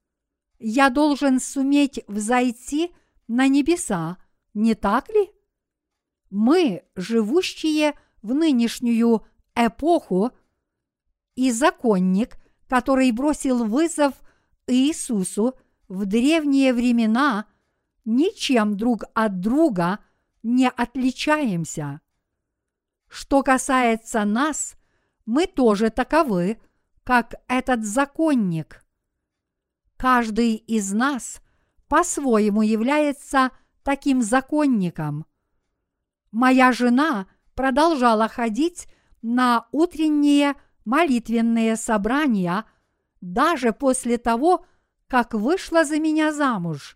Я должен суметь взойти на небеса, не так ли? Мы, живущие в нынешнюю эпоху, и законник, который бросил вызов Иисусу в древние времена, ничем друг от друга не отличаемся. Что касается нас, мы тоже таковы, как этот законник. Каждый из нас по-своему является таким законником. Моя жена продолжала ходить на утренние молитвенные собрания даже после того, как вышла за меня замуж.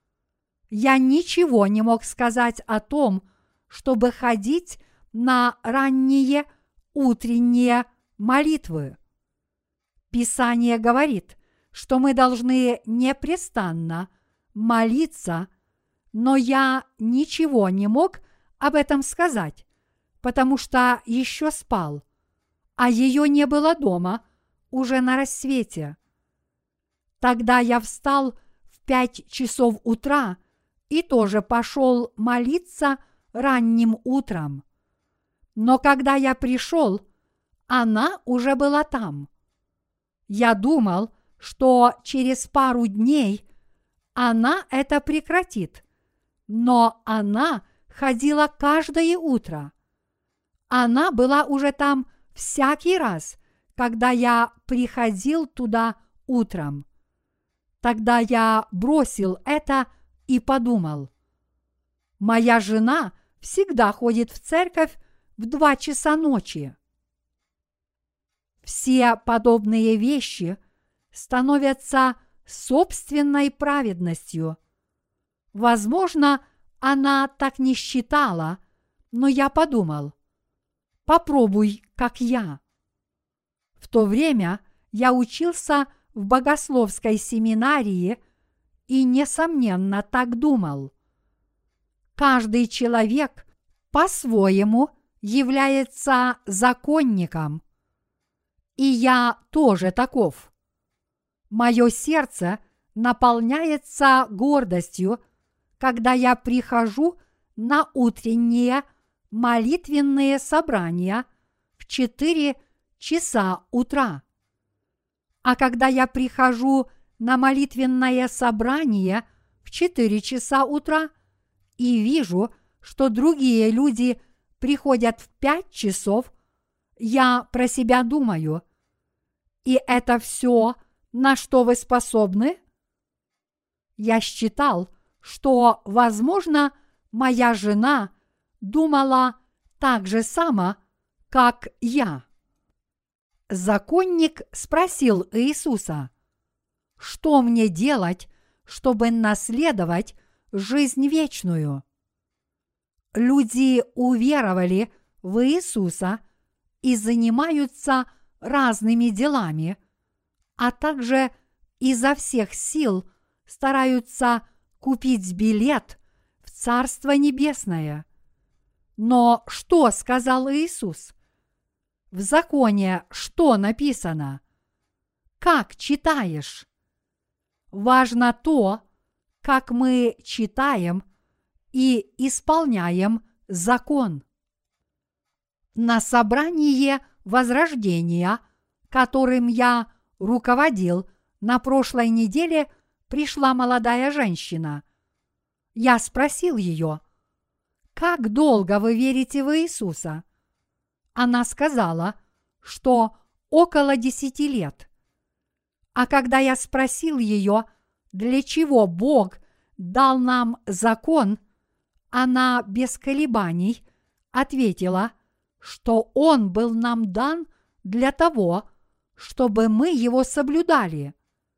Я ничего не мог сказать о том, чтобы ходить на ранние утренние молитвы. Писание говорит, что мы должны непрестанно молиться, но я ничего не мог об этом сказать, потому что еще спал, а ее не было дома уже на рассвете. Тогда я встал в пять часов утра и тоже пошел молиться ранним утром. Но когда я пришел, она уже была там. Я думал, что через пару дней она это прекратит, но она ходила каждое утро. Она была уже там всякий раз, когда я приходил туда утром. Тогда я бросил это и подумал: моя жена всегда ходит в церковь в два часа ночи. Все подобные вещи становятся собственной праведностью. Возможно, она так не считала, но я подумал: попробуй, как я. В то время я учился в богословской семинарии и, несомненно, так думал. Каждый человек по-своему является законником, и я тоже таков. Мое сердце наполняется гордостью, когда я прихожу на утренние молитвенные собрания в четыре часа утра. А когда я прихожу на молитвенное собрание в четыре часа утра и вижу, что другие люди приходят в пять часов, я про себя думаю: и это все, на что вы способны? Я считал, что, возможно, моя жена думала так же само, как я. Законник спросил Иисуса: что мне делать, чтобы наследовать жизнь вечную? Люди уверовали в Иисуса и занимаются разными делами, а также изо всех сил стараются купить билет в Царство Небесное. Но что сказал Иисус? В законе что написано? Как читаешь? Важно то, как мы читаем и исполняем закон. На собрании возрождения, которым я руководил на прошлой неделе, пришла молодая женщина. Я спросил ее: как долго вы верите в Иисуса? Она сказала, что около десяти лет. А когда я спросил ее, для чего Бог дал нам закон, она без колебаний ответила, что Он был нам дан для того, чтобы мы его соблюдали.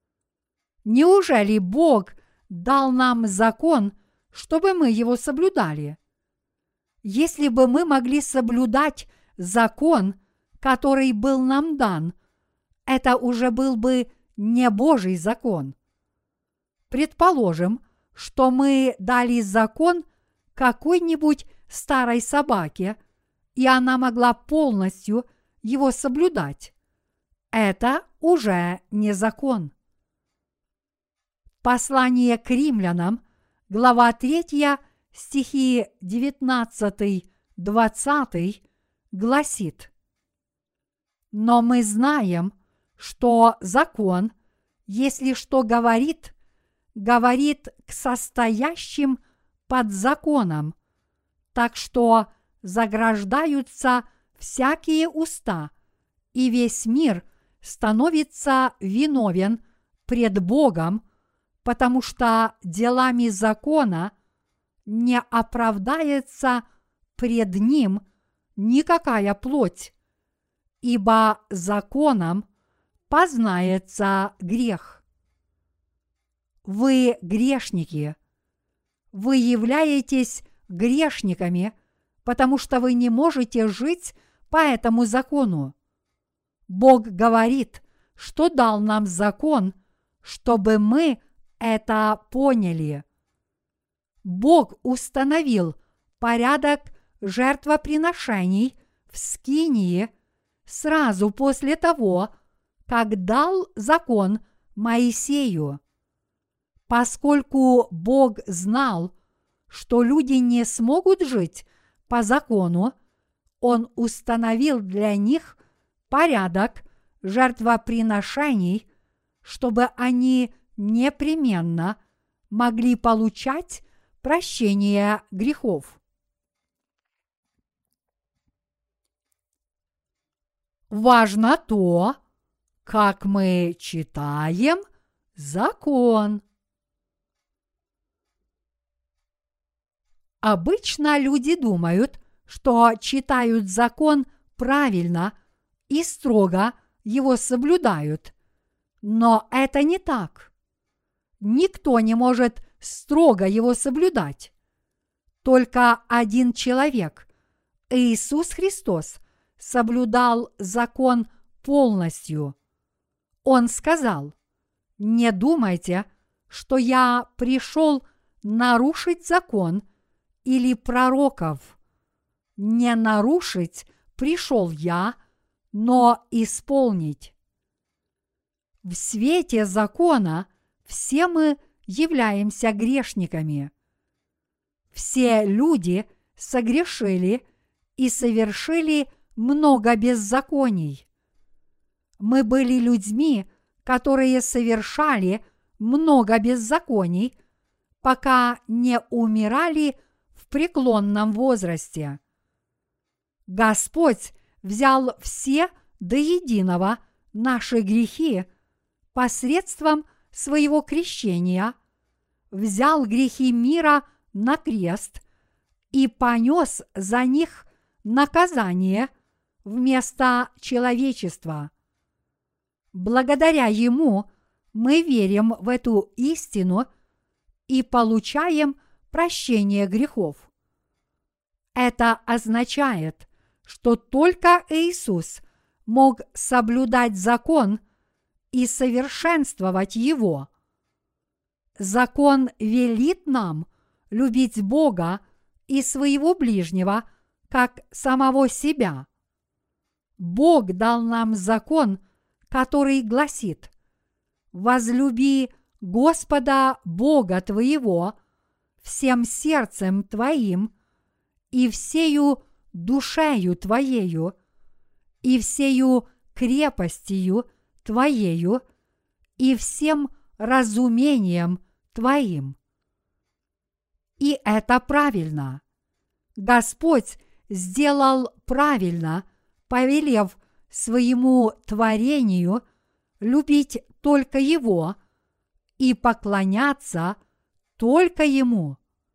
Неужели Бог дал нам закон, чтобы мы его соблюдали? Если бы мы могли соблюдать закон, который был нам дан, это уже был бы не Божий закон. Предположим, что мы дали закон какой-нибудь старой собаке, и она могла полностью его соблюдать. Это уже не закон. Послание к римлянам, глава третья, стихи девятнадцатый-двадцатый, гласит: но мы знаем, что закон, если что говорит, говорит к состоящим под законом, так что заграждаются всякие уста, и весь мир становится виновен пред Богом, потому что делами закона не оправдается пред Ним никакая плоть, ибо законом познается грех. Вы грешники. Вы являетесь грешниками, потому что вы не можете жить по этому закону. Бог говорит, что дал нам закон, чтобы мы это поняли. Бог установил порядок жертвоприношений в Скинии сразу после того, как дал закон Моисею. Поскольку Бог знал, что люди не смогут жить по закону, Он установил для них порядок жертвоприношений, чтобы они непременно могли получать прощение грехов. Важно то, как мы читаем закон. Обычно люди думают, что читают закон правильно и строго его соблюдают. Но это не так. Никто не может строго его соблюдать. Только один человек, Иисус Христос, соблюдал закон полностью. Он сказал: «Не думайте, что я пришел нарушить закон или пророков. Не нарушить пришел я, но исполнить». В свете закона все мы являемся грешниками. Все люди согрешили и совершили много беззаконий. Мы были людьми, которые совершали много беззаконий, пока не умирали в преклонном возрасте. Господь взял все до единого наши грехи посредством своего крещения, взял грехи мира на крест и понес за них наказание вместо человечества. Благодаря Ему мы верим в эту истину и получаем прощение грехов. Это означает, что только Иисус мог соблюдать закон и совершенствовать его. Закон велит нам любить Бога и своего ближнего как самого себя. Бог дал нам закон, который гласит: «Возлюби Господа Бога твоего всем сердцем твоим и всею душею твоею и всею крепостью твоею и всем разумением твоим». И это правильно. Господь сделал правильно, повелев своему творению любить только Его и поклоняться только Ему.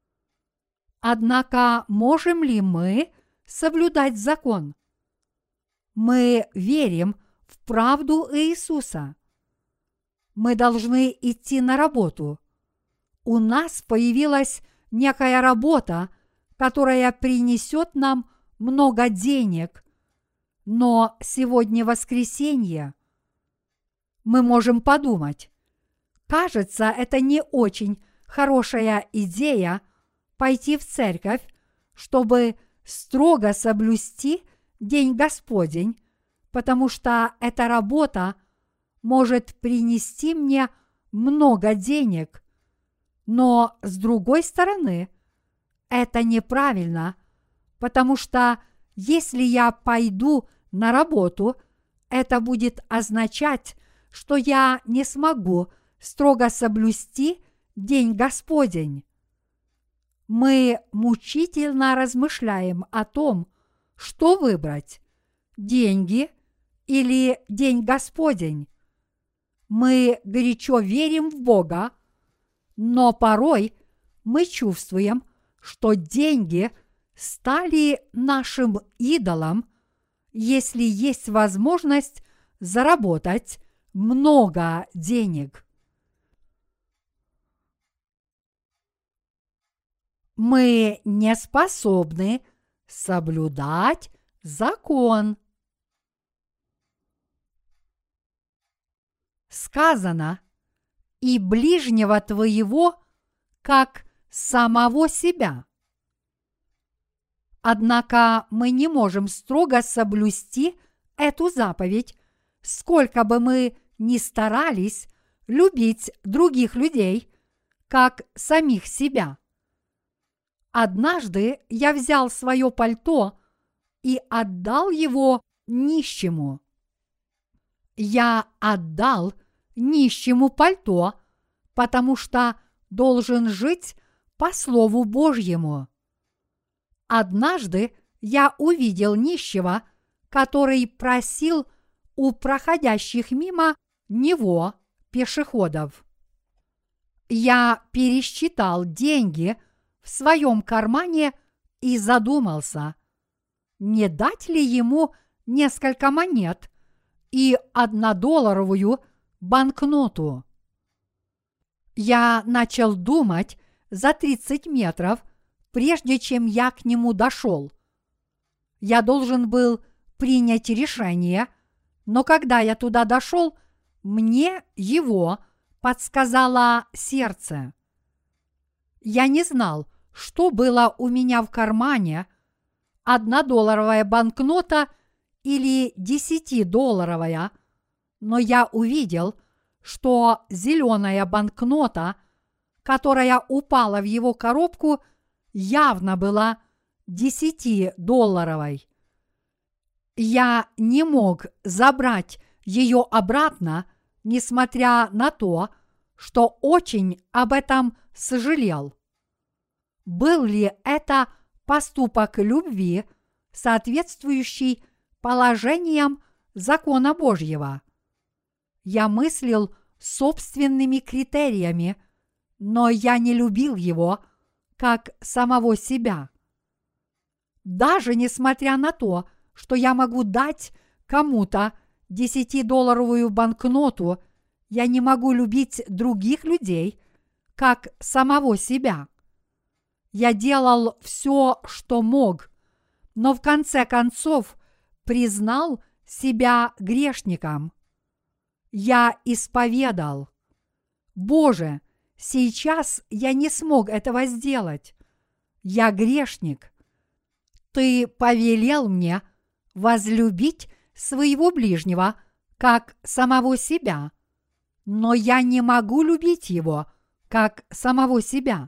Однако можем ли мы соблюдать закон? Мы верим в правду Иисуса. Мы должны идти на работу. У нас появилась некая работа, которая принесет нам много денег, но сегодня воскресенье. Мы можем подумать: кажется, это не очень хорошая идея пойти в церковь, чтобы строго соблюсти День Господень, потому что эта работа может принести мне много денег. Но, с другой стороны, это неправильно, потому что если я пойду на работу, это будет означать, что я не смогу строго соблюсти День Господень. Мы мучительно размышляем о том, что выбрать – деньги или День Господень. Мы горячо верим в Бога, но порой мы чувствуем, что деньги стали нашим идолом, если есть возможность заработать много денег. Мы не способны соблюдать закон. Сказано: «И ближнего твоего, как самого себя». Однако мы не можем строго соблюсти эту заповедь, сколько бы мы ни старались любить других людей, как самих себя. Однажды я взял свое пальто и отдал его нищему. Я отдал нищему пальто, потому что должен жить по Слову Божьему. Однажды я увидел нищего, который просил у проходящих мимо него пешеходов. Я пересчитал деньги в своем кармане и задумался, не дать ли ему несколько монет и однодолларовую банкноту. Я начал думать за тридцать метров, прежде чем я к нему дошел. Я должен был принять решение, но когда я туда дошел, мне его подсказало сердце. Я не знал, что было у меня в кармане, однодолларовая банкнота или десятидолларовая, но я увидел, что зеленая банкнота, которая упала в его коробку, явно была десятидолларовой. Я не мог забрать ее обратно, несмотря на то, что очень об этом сожалел. Был ли это поступок любви, соответствующий положениям закона Божьего? Я мыслил собственными критериями, но я не любил его как самого себя. Даже несмотря на то, что я могу дать кому-то десятидолларовую банкноту, я не могу любить других людей как самого себя. Я делал все, что мог, но в конце концов признал себя грешником. Я исповедал: Боже, сейчас я не смог этого сделать. Я грешник. Ты повелел мне возлюбить своего ближнего как самого себя, но я не могу любить его как самого себя.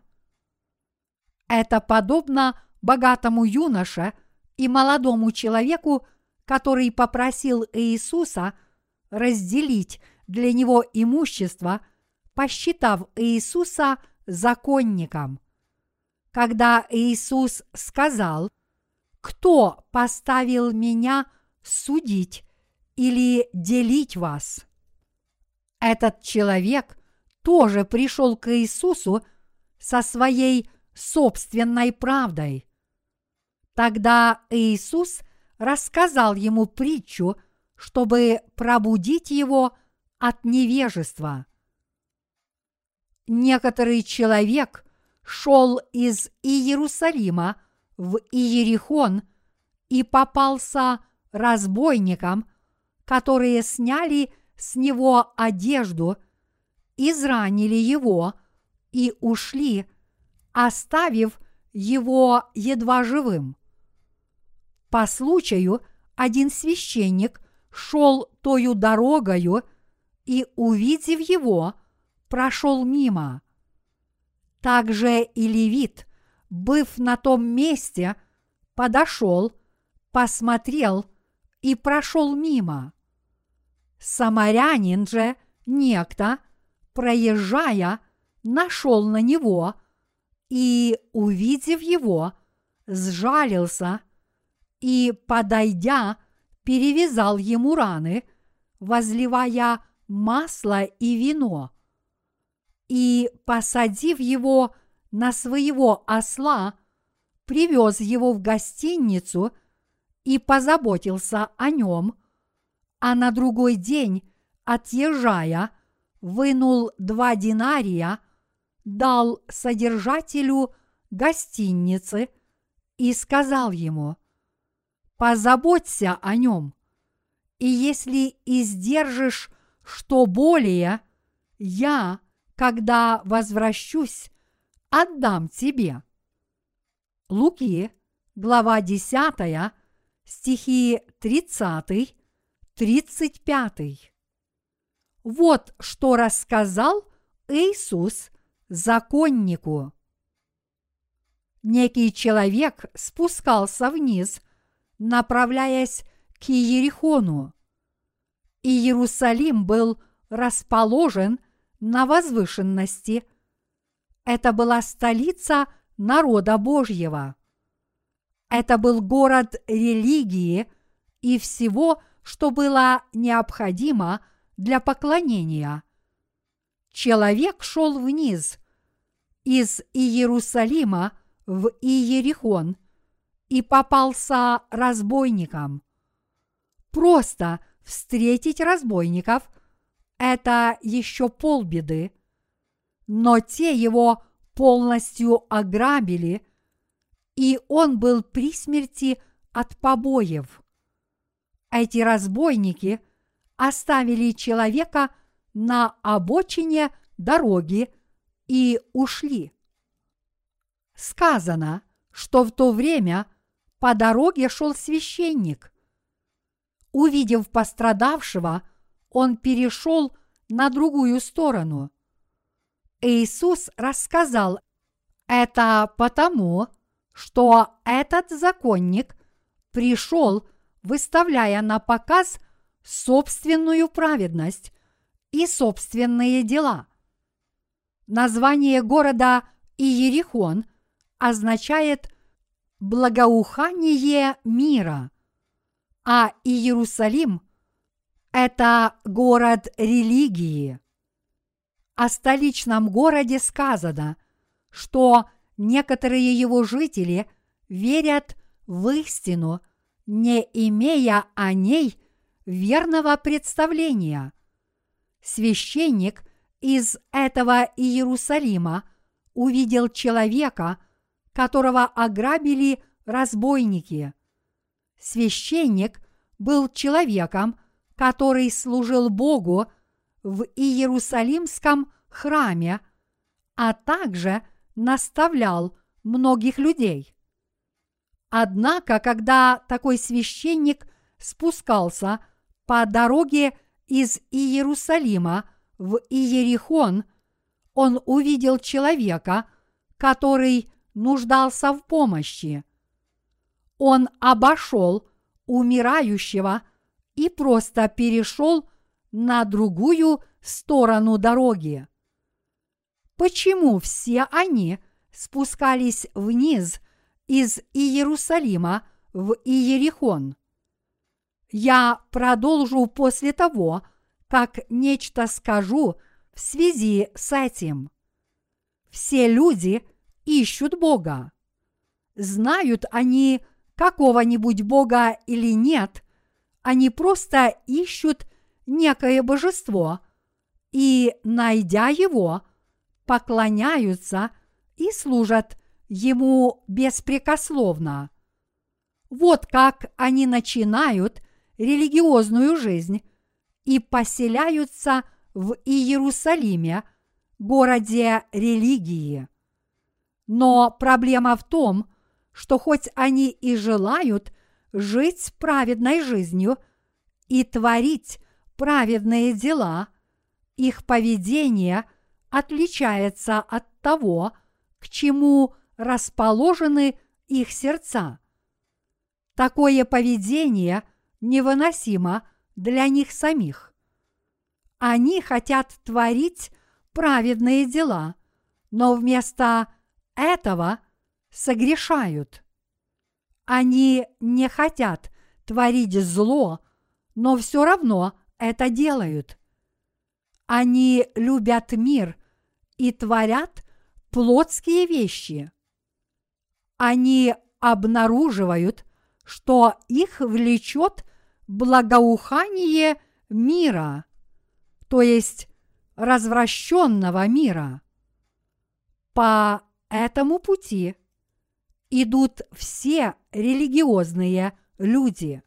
Это подобно богатому юноше и молодому человеку, который попросил Иисуса разделить для него имущество, посчитав Иисуса законником. Когда Иисус сказал: «Кто поставил меня судить или делить вас?» Этот человек тоже пришел к Иисусу со своей собственной правдой. Тогда Иисус рассказал ему притчу, чтобы пробудить его от невежества. Некоторый человек шел из Иерусалима в Иерихон и попался разбойникам, которые сняли с него одежду, изранили его и ушли, оставив его едва живым. По случаю один священник шел тою дорогою и, увидев его, прошел мимо. Также и левит, быв на том месте, подошел, посмотрел и прошел мимо. Самарянин же некто, проезжая, нашел на него и, увидев его, сжалился и, подойдя, перевязал ему раны, возливая масло и вино. И, посадив его на своего осла, привез его в гостиницу и позаботился о нем, а на другой день, отъезжая, вынул два динария, дал содержателю гостиницы и сказал ему: «Позаботься о нем, и если издержишь что более, я, когда возвращусь, отдам тебе». Луки, глава десятая, стихи тридцатый, тридцать пятый. Вот что рассказал Иисус законнику. Некий человек спускался вниз, направляясь к Иерихону. И Иерусалим был расположен на возвышенности. Это была столица народа Божьего. Это был город религии и всего, что было необходимо для поклонения. Человек шел вниз из Иерусалима в Иерихон и попался разбойникам. Просто встретить разбойников – это еще полбеды, но те его полностью ограбили, и он был при смерти от побоев. Эти разбойники оставили человека на обочине дороги и ушли. Сказано, что в то время по дороге шел священник. Увидев пострадавшего, он перешел на другую сторону. Иисус рассказал это потому, что этот законник пришел, выставляя на показ собственную праведность и собственные дела. Название города Иерихон означает благоухание мира, а Иерусалим – это город религии. О столичном городе сказано, что некоторые его жители верят в истину, не имея о ней верного представления. Священник из этого Иерусалима увидел человека, которого ограбили разбойники. Священник был человеком, который служил Богу в Иерусалимском храме, а также наставлял многих людей. Однако, когда такой священник спускался по дороге из Иерусалима в Иерихон, он увидел человека, который нуждался в помощи. Он обошел умирающего и просто перешел на другую сторону дороги. Почему все они спускались вниз из Иерусалима в Иерихон? Я продолжу после того, как нечто скажу в связи с этим. Все люди ищут Бога. Знают они какого-нибудь Бога или нет, они просто ищут некое божество и, найдя его, поклоняются и служат ему беспрекословно. Вот как они начинают религиозную жизнь и поселяются в Иерусалиме, городе религии. Но проблема в том, что хоть они и желают жить праведной жизнью и творить праведные дела, их поведение отличается от того, к чему расположены их сердца. Такое поведение невыносимо для них самих. Они хотят творить праведные дела, но вместо этого согрешают. Они не хотят творить зло, но все равно это делают. Они любят мир и творят плотские вещи. Они обнаруживают, что их влечет благоухание мира, то есть развращенного мира. По этому пути идут все религиозные люди.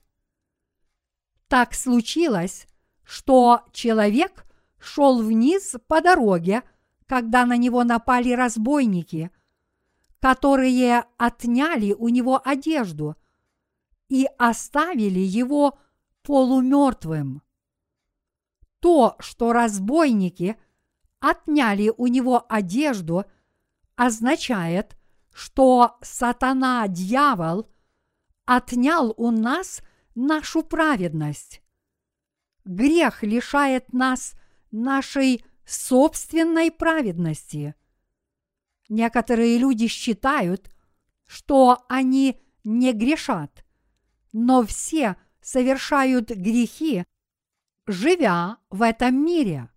Так случилось, что человек шел вниз по дороге, когда на него напали разбойники, которые отняли у него одежду и оставили его полумертвым. То, что разбойники отняли у него одежду, означает, что сатана, дьявол, отнял у нас нашу праведность. Грех лишает нас нашей собственной праведности. Некоторые люди считают, что они не грешат, но все совершают грехи, живя в этом мире.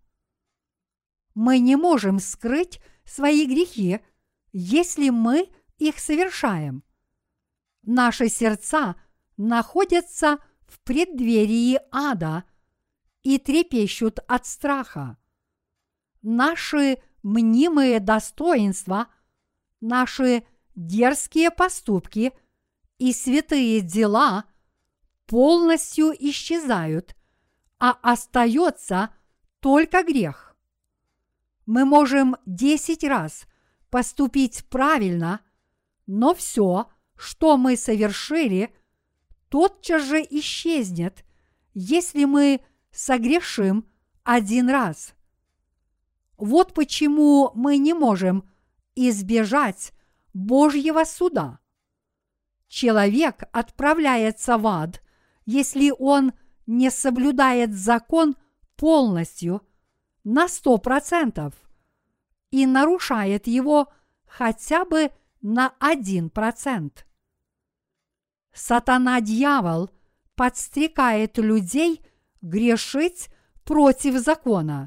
Мы не можем скрыть свои грехи, если мы их совершаем. Наши сердца находятся в преддверии ада и трепещут от страха. Наши мнимые достоинства, наши дерзкие поступки и святые дела полностью исчезают, а остается только грех. Мы можем десять раз поступить правильно, но все, что мы совершили, тотчас же исчезнет, если мы согрешим один раз. Вот почему мы не можем избежать Божьего суда. Человек отправляется в ад, если он не соблюдает закон полностью, на сто процентов, и нарушает его хотя бы на один процент. Сатана-дьявол подстрекает людей грешить против закона.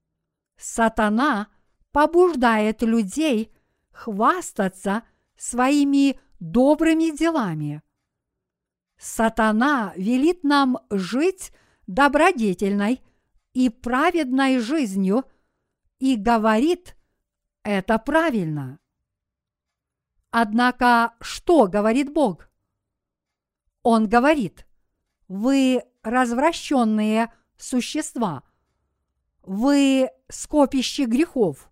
Сатана побуждает людей хвастаться своими добрыми делами. Сатана велит нам жить добродетельной и праведной жизнью и говорит, это правильно. Однако, что говорит Бог? Он говорит, вы развращенные существа, вы скопище грехов.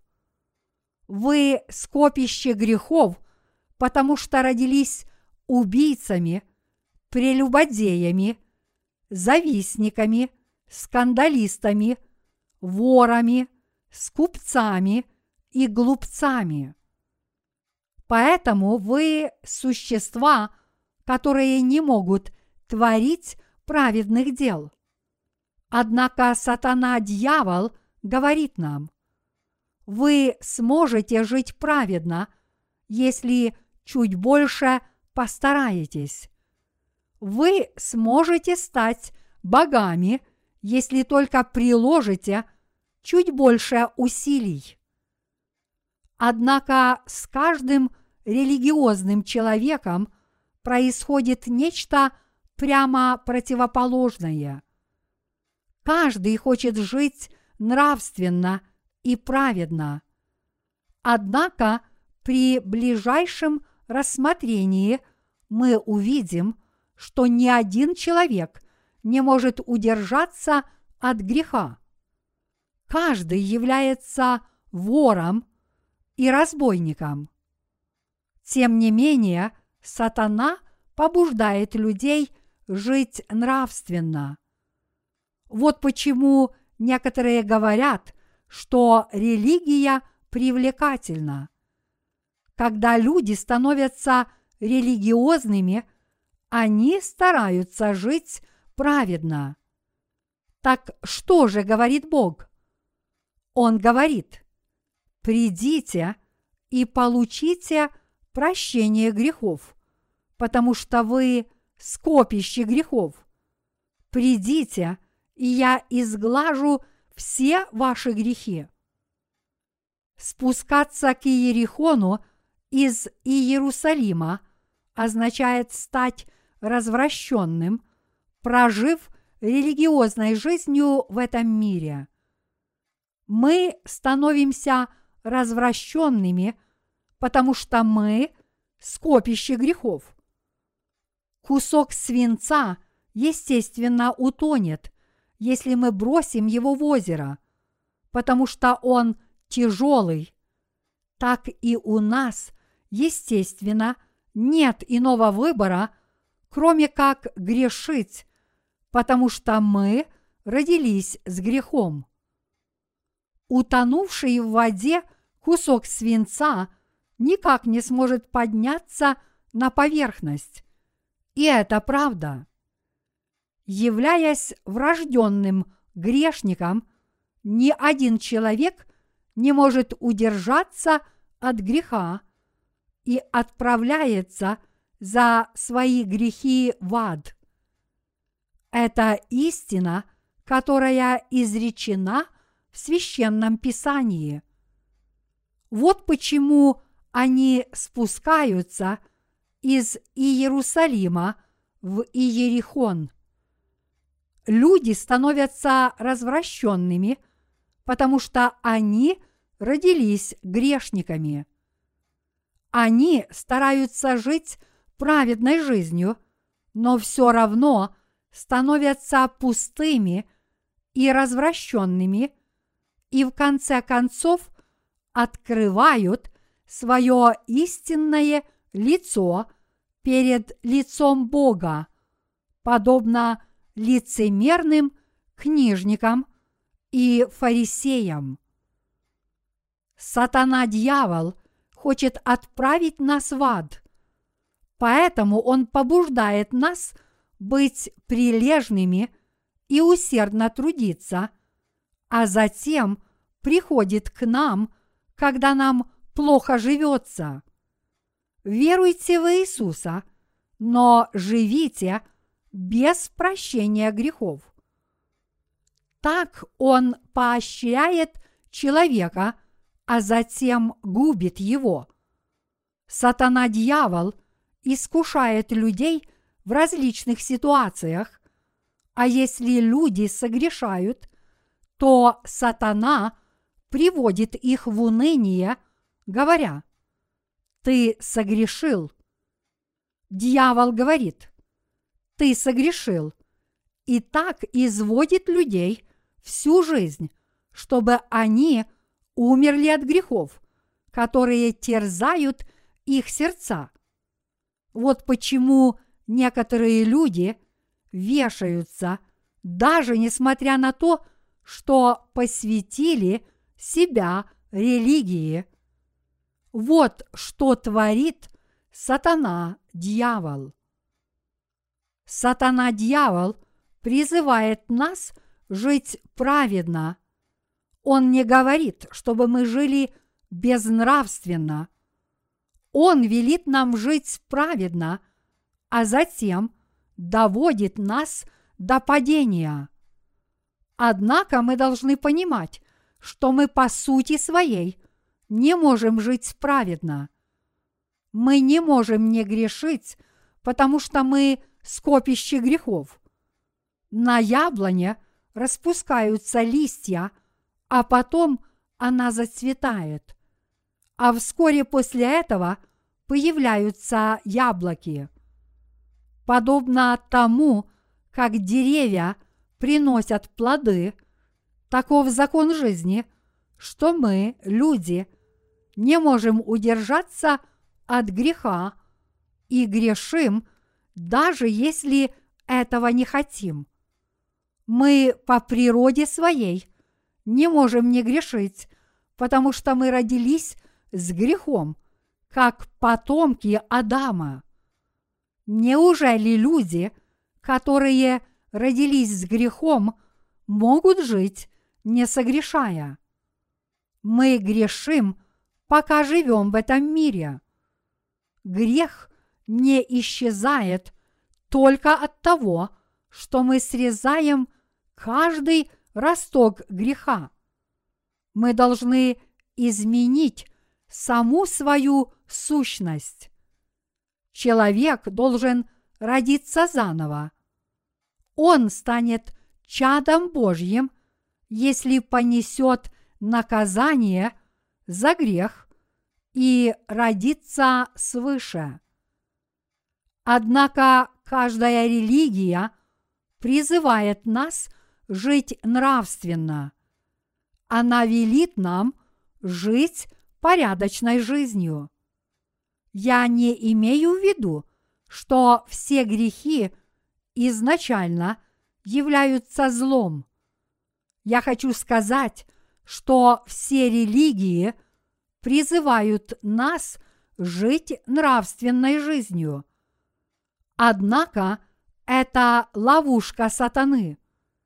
Вы скопище грехов, потому что родились убийцами, прелюбодеями, завистниками, скандалистами, ворами, скупцами и глупцами. Поэтому вы существа, которые не могут творить праведных дел. Однако сатана-дьявол говорит нам, вы сможете жить праведно, если чуть больше постараетесь. Вы сможете стать богами, если только приложите чуть больше усилий. Однако с каждым религиозным человеком происходит нечто прямо противоположное. Каждый хочет жить нравственно и праведно. Однако при ближайшем рассмотрении мы увидим, что ни один человек не может удержаться от греха. Каждый является вором и разбойником. Тем не менее, сатана побуждает людей жить нравственно. Вот почему некоторые говорят, что религия привлекательна. Когда люди становятся религиозными, они стараются жить праведно. Так что же говорит Бог? Он говорит: «Придите и получите прощение грехов, потому что вы скопище грехов. Придите, и я изглажу все ваши грехи». Спускаться к Иерихону из Иерусалима означает стать развращенным, прожив религиозной жизнью в этом мире. Мы становимся развращенными, потому что мы скопище грехов. Кусок свинца, естественно, утонет, если мы бросим его в озеро, потому что он тяжелый. Так и у нас, естественно, нет иного выбора, кроме как грешить, потому что мы родились с грехом. утонувший в воде кусок свинца никак не сможет подняться на поверхность. И это правда. Являясь врожденным грешником, ни один человек не может удержаться от греха и отправляется за свои грехи в ад. Это истина, которая изречена в Священном Писании. Вот почему они спускаются из Иерусалима в Иерихон. Люди становятся развращенными, потому что они родились грешниками. Они стараются жить праведной жизнью, но все равно становятся пустыми и развращенными, и в конце концов открывают свое истинное лицо перед лицом Бога, подобно лицемерным книжникам и фарисеям. Сатана-дьявол хочет отправить нас в ад, поэтому он побуждает нас быть прилежными и усердно трудиться, а затем приходит к нам, когда нам плохо живется. Веруйте в Иисуса, но живите без прощения грехов. Так он поощряет человека, а затем губит его. Сатана-дьявол искушает людей в различных ситуациях, а если люди согрешают, то сатана приводит их в уныние, говоря: «Ты согрешил». Дьявол говорит: «Ты согрешил», и так изводит людей всю жизнь, чтобы они умерли от грехов, которые терзают их сердца. Вот почему некоторые люди вешаются, даже несмотря на то, что посвятили себя религии. Вот что творит сатана-дьявол. Сатана-дьявол призывает нас жить праведно. Он не говорит, чтобы мы жили безнравственно. Он велит нам жить праведно, а затем доводит нас до падения. Однако мы должны понимать, что мы по сути своей не можем жить праведно. Мы не можем не грешить, потому что мы скопище грехов. На яблоне распускаются листья, а потом она зацветает. А вскоре после этого появляются яблоки. Подобно тому, как деревья приносят плоды, таков закон жизни, что мы, люди, не можем удержаться от греха и грешим, даже если этого не хотим. Мы по природе своей не можем не грешить, потому что мы родились с грехом, как потомки Адама. Неужели люди, которые родились с грехом, могут жить, не согрешая? Мы грешим, пока живем в этом мире. Грех не исчезает только от того, что мы срезаем каждый росток греха. Мы должны изменить саму свою сущность. Человек должен родиться заново. Он станет чадом Божьим, если понесет наказание за грех и родится свыше. Однако каждая религия призывает нас жить нравственно. Она велит нам жить порядочной жизнью. Я не имею в виду, что все грехи изначально являются злом. Я хочу сказать, что все религии призывают нас жить нравственной жизнью. Однако это ловушка сатаны.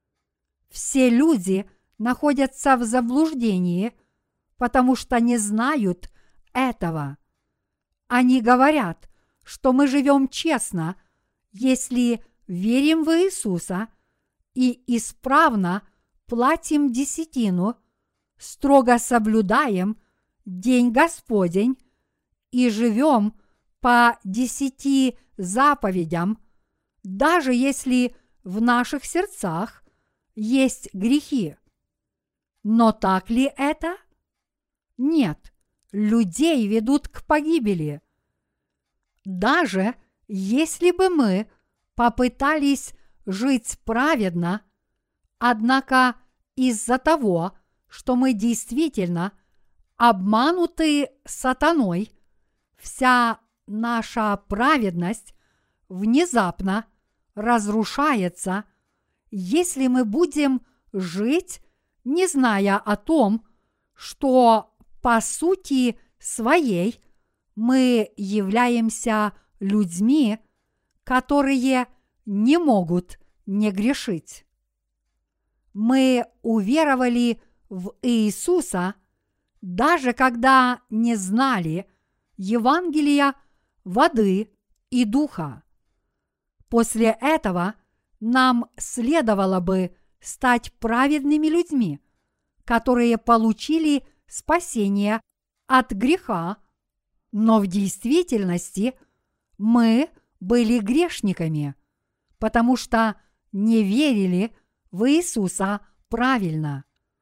Все люди находятся в заблуждении, потому что не знают этого. Они говорят, что мы живем честно, если верим в Иисуса и исправно платим десятину, строго соблюдаем День Господень и живем по десяти заповедям, даже если в наших сердцах есть грехи. Но так ли это? Нет, людей ведут к погибели. Даже если бы мы попытались жить праведно, однако из-за того, что мы действительно обмануты сатаной, вся наша праведность внезапно разрушается, если мы будем жить, не зная о том, что по сути своей мы являемся людьми, которые не могут не грешить. Мы уверовали в Иисуса, даже когда не знали Евангелия воды и духа. После этого нам следовало бы стать праведными людьми, которые получили спасение от греха, но в действительности мы были грешниками, потому что не верили в Иисуса правильно.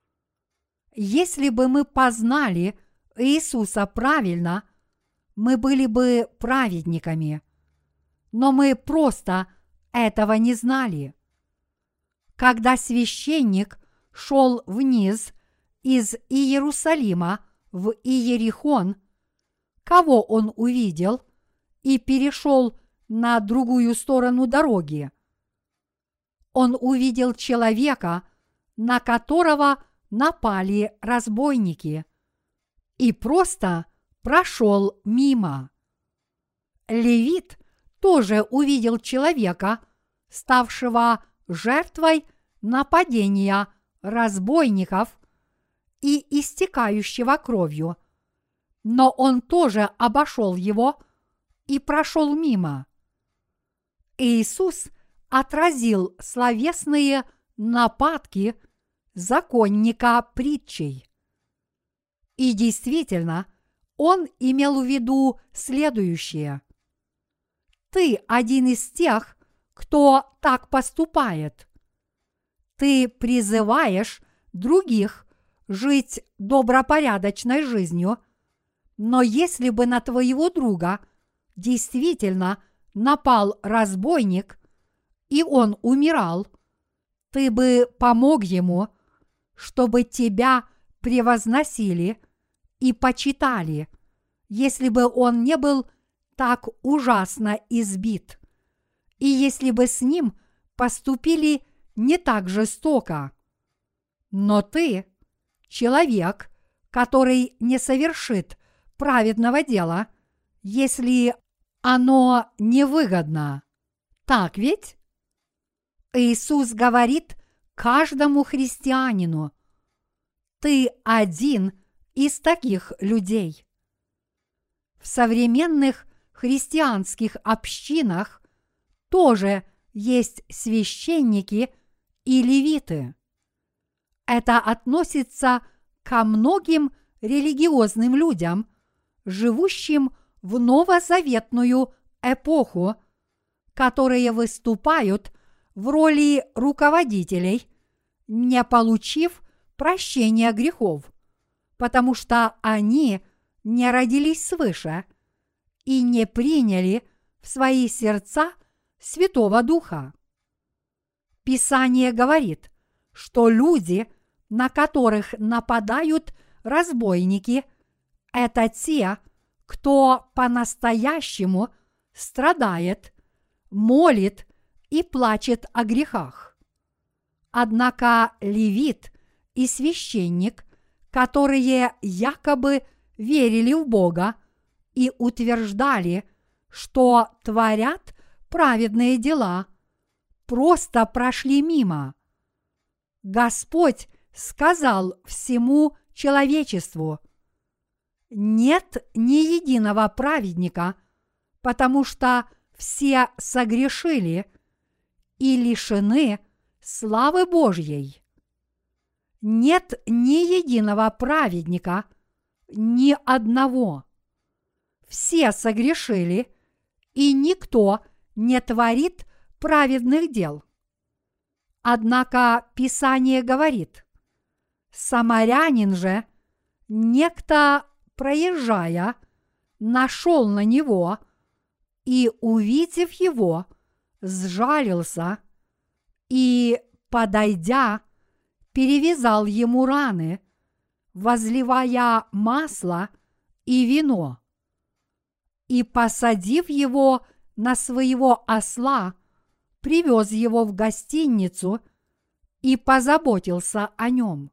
Если бы мы познали Иисуса правильно, мы были бы праведниками, но мы просто этого не знали. Когда священник шел вниз из Иерусалима в Иерихон, кого он увидел и перешел на другую сторону дороги? Он увидел человека, на которого напали разбойники, и просто прошел мимо. Левит тоже увидел человека, ставшего жертвой нападения разбойников и истекающего кровью, но он тоже обошел его и прошел мимо. Иисус отразил словесные нападки законника притчей. И действительно, он имел в виду следующее. Ты один из тех, кто так поступает. Ты призываешь других жить добропорядочной жизнью, но если бы на твоего друга действительно напал разбойник, и он умирал, ты бы помог ему, чтобы тебя превозносили и почитали, если бы он не был так ужасно избит, и если бы с ним поступили не так жестоко. Но ты, человек, который не совершит праведного дела, если оно невыгодно. Так ведь? Иисус говорит каждому христианину: ты один из таких людей. В современных христианских общинах тоже есть священники и левиты. Это относится ко многим религиозным людям, живущим в новозаветную эпоху, которые выступают в роли руководителей, не получив прощения грехов, потому что они не родились свыше и не приняли в свои сердца Святого Духа. Писание говорит, что люди, на которых нападают разбойники, это те, кто по-настоящему страдает, молит и плачет о грехах. Однако левит и священник которые якобы верили в Бога и утверждали, что творят праведные дела, просто прошли мимо. Господь сказал всему человечеству: «Нет ни единого праведника, потому что все согрешили и лишены славы Божьей». Нет ни единого праведника, ни одного. Все согрешили, и никто не творит праведных дел. Однако Писание говорит: самарянин же, некто, проезжая, нашел на него и, увидев его, сжалился и, подойдя, перевязал ему раны, возливая масло и вино. И, посадив его на своего осла, привез его в гостиницу и позаботился о нем.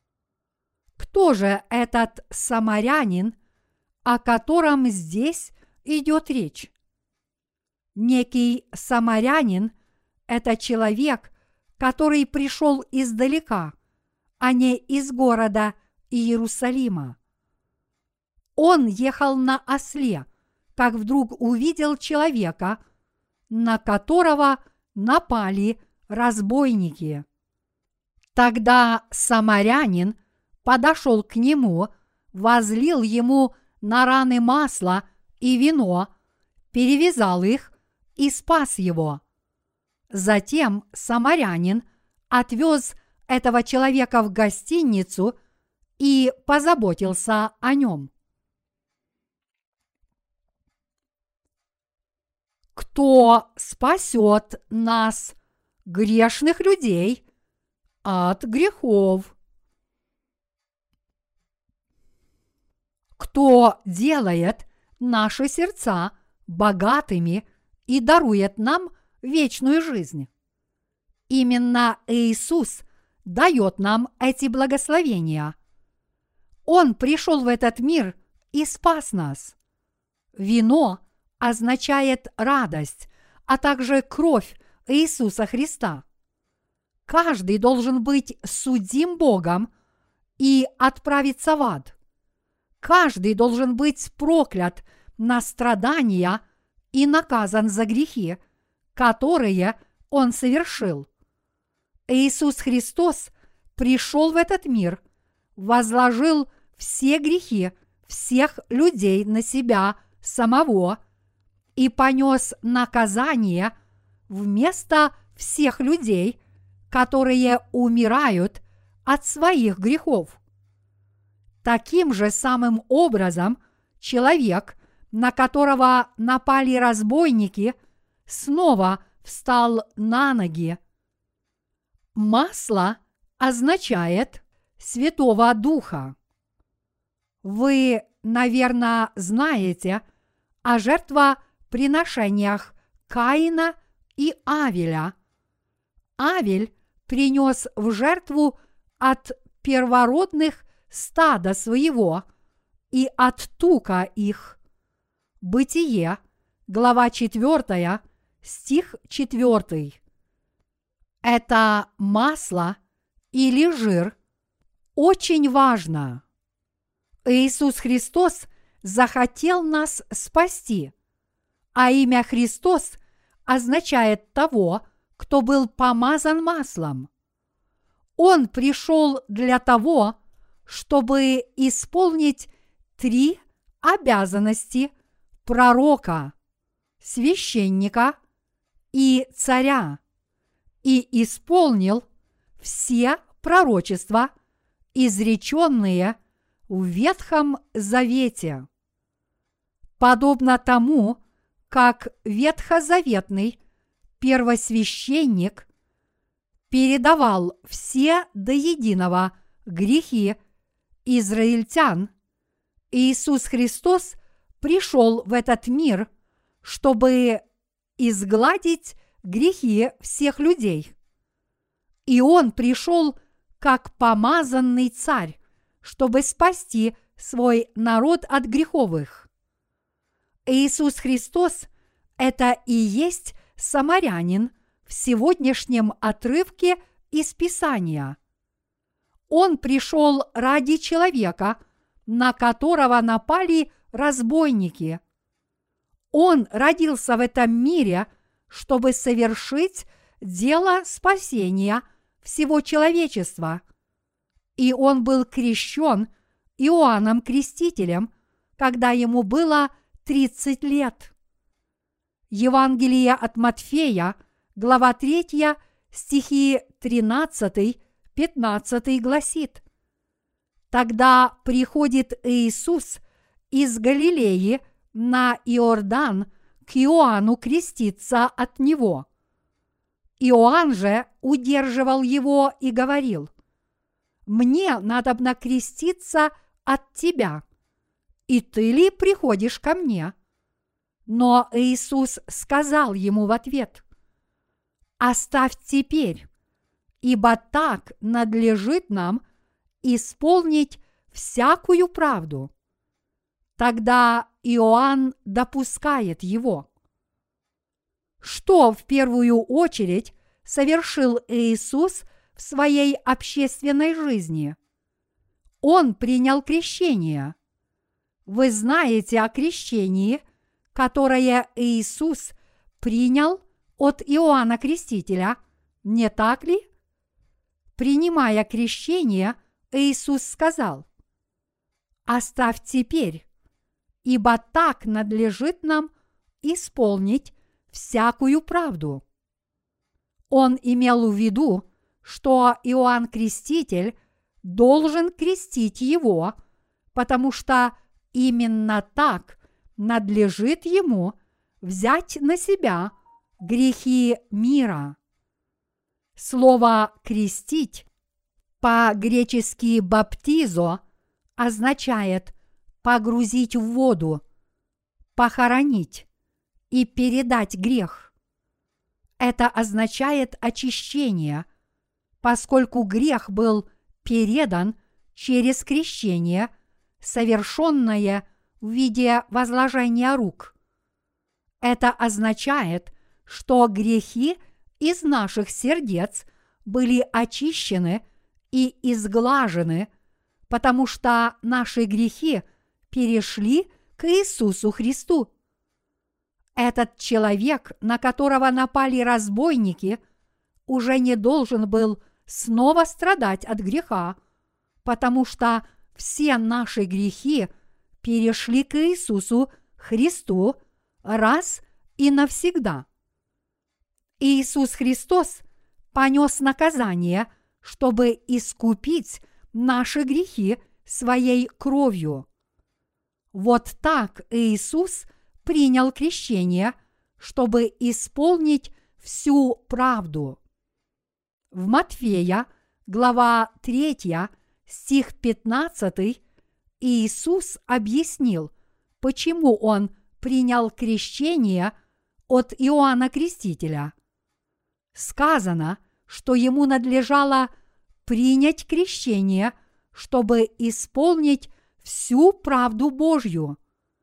Кто же этот самарянин, о котором здесь идет речь? Некий самарянин – это человек, который пришел издалека, а не из города Иерусалима. Он ехал на осле, как вдруг увидел человека, на которого напали разбойники. Тогда самарянин подошел к нему, возлил ему на раны масло и вино, перевязал их и спас его. Затем самарянин отвез этого человека в гостиницу и позаботился о нем. Кто спасет нас, грешных людей, от грехов? Кто делает наши сердца богатыми и дарует нам вечную жизнь? Именно Иисус дает нам эти благословения. Он пришел в этот мир и спас нас. Вино означает радость, а также кровь Иисуса Христа. Каждый должен быть судим Богом и отправиться в ад. Каждый должен быть проклят на страдания и наказан за грехи, которые он совершил. Иисус Христос пришел в этот мир, возложил все грехи всех людей на себя самого и понес наказание вместо всех людей, которые умирают от своих грехов. Таким же самым образом человек, на которого напали разбойники, снова встал на ноги. Масло означает Святого Духа. Вы, наверное, знаете о жертвоприношениях Каина и Авеля. Авель принес в жертву от первородных стада своего и от тука их. Бытие, глава четвертая, стих четвертый. Это масло или жир очень важно. Иисус Христос захотел нас спасти, а имя Христос означает того, кто был помазан маслом. Он пришел для того, чтобы исполнить три обязанности пророка, священника и царя, и исполнил все пророчества, изреченные в Ветхом Завете. Подобно тому, как ветхозаветный первосвященник передавал все до единого грехи израильтян, Иисус Христос пришел в этот мир, чтобы изгладить грехи всех людей. И Он пришел как помазанный царь чтобы спасти свой народ от греховых. Иисус Христос – это и есть самарянин в сегодняшнем отрывке из Писания. Он пришел ради человека, на которого напали разбойники. Он родился в этом мире, чтобы совершить дело спасения всего человечества. И он был крещен Иоанном Крестителем, когда ему было тридцать лет. Евангелие от Матфея, глава третья, стихи тринадцатый-пятнадцатый гласит: «Тогда приходит Иисус из Галилеи на Иордан к Иоанну креститься от него. Иоанн же удерживал его и говорил: «Мне надобно креститься от тебя, и ты ли приходишь ко мне?» Но Иисус сказал ему в ответ: «Оставь теперь, ибо так надлежит нам исполнить всякую правду». Тогда Иоанн допускает его. Что в первую очередь совершил Иисус в своей общественной жизни? Он принял крещение. Вы знаете о крещении, которое Иисус принял от Иоанна Крестителя, не так ли? Принимая крещение, Иисус сказал: «Оставь теперь, ибо так надлежит нам исполнить всякую правду». Он имел в виду, что Иоанн Креститель должен крестить его, потому что именно так надлежит ему взять на себя грехи мира. Слово «крестить» по-гречески «баптизо» означает погрузить в воду, похоронить и передать грех. Это означает очищение, поскольку грех был передан через крещение, совершенное в виде возложения рук. Это означает, что грехи из наших сердец были очищены и изглажены, потому что наши грехи перешли к Иисусу Христу. Этот человек, на которого напали разбойники, уже не должен был снова страдать от греха, потому что все наши грехи перешли к Иисусу Христу раз и навсегда. Иисус Христос понес наказание, чтобы искупить наши грехи своей кровью. Вот так Иисус принял крещение, чтобы исполнить всю правду. В Матфея, глава третья, стих пятнадцатый, Иисус объяснил, почему Он принял крещение от Иоанна Крестителя. Сказано, что Ему надлежало принять крещение, чтобы исполнить всю правду Божью.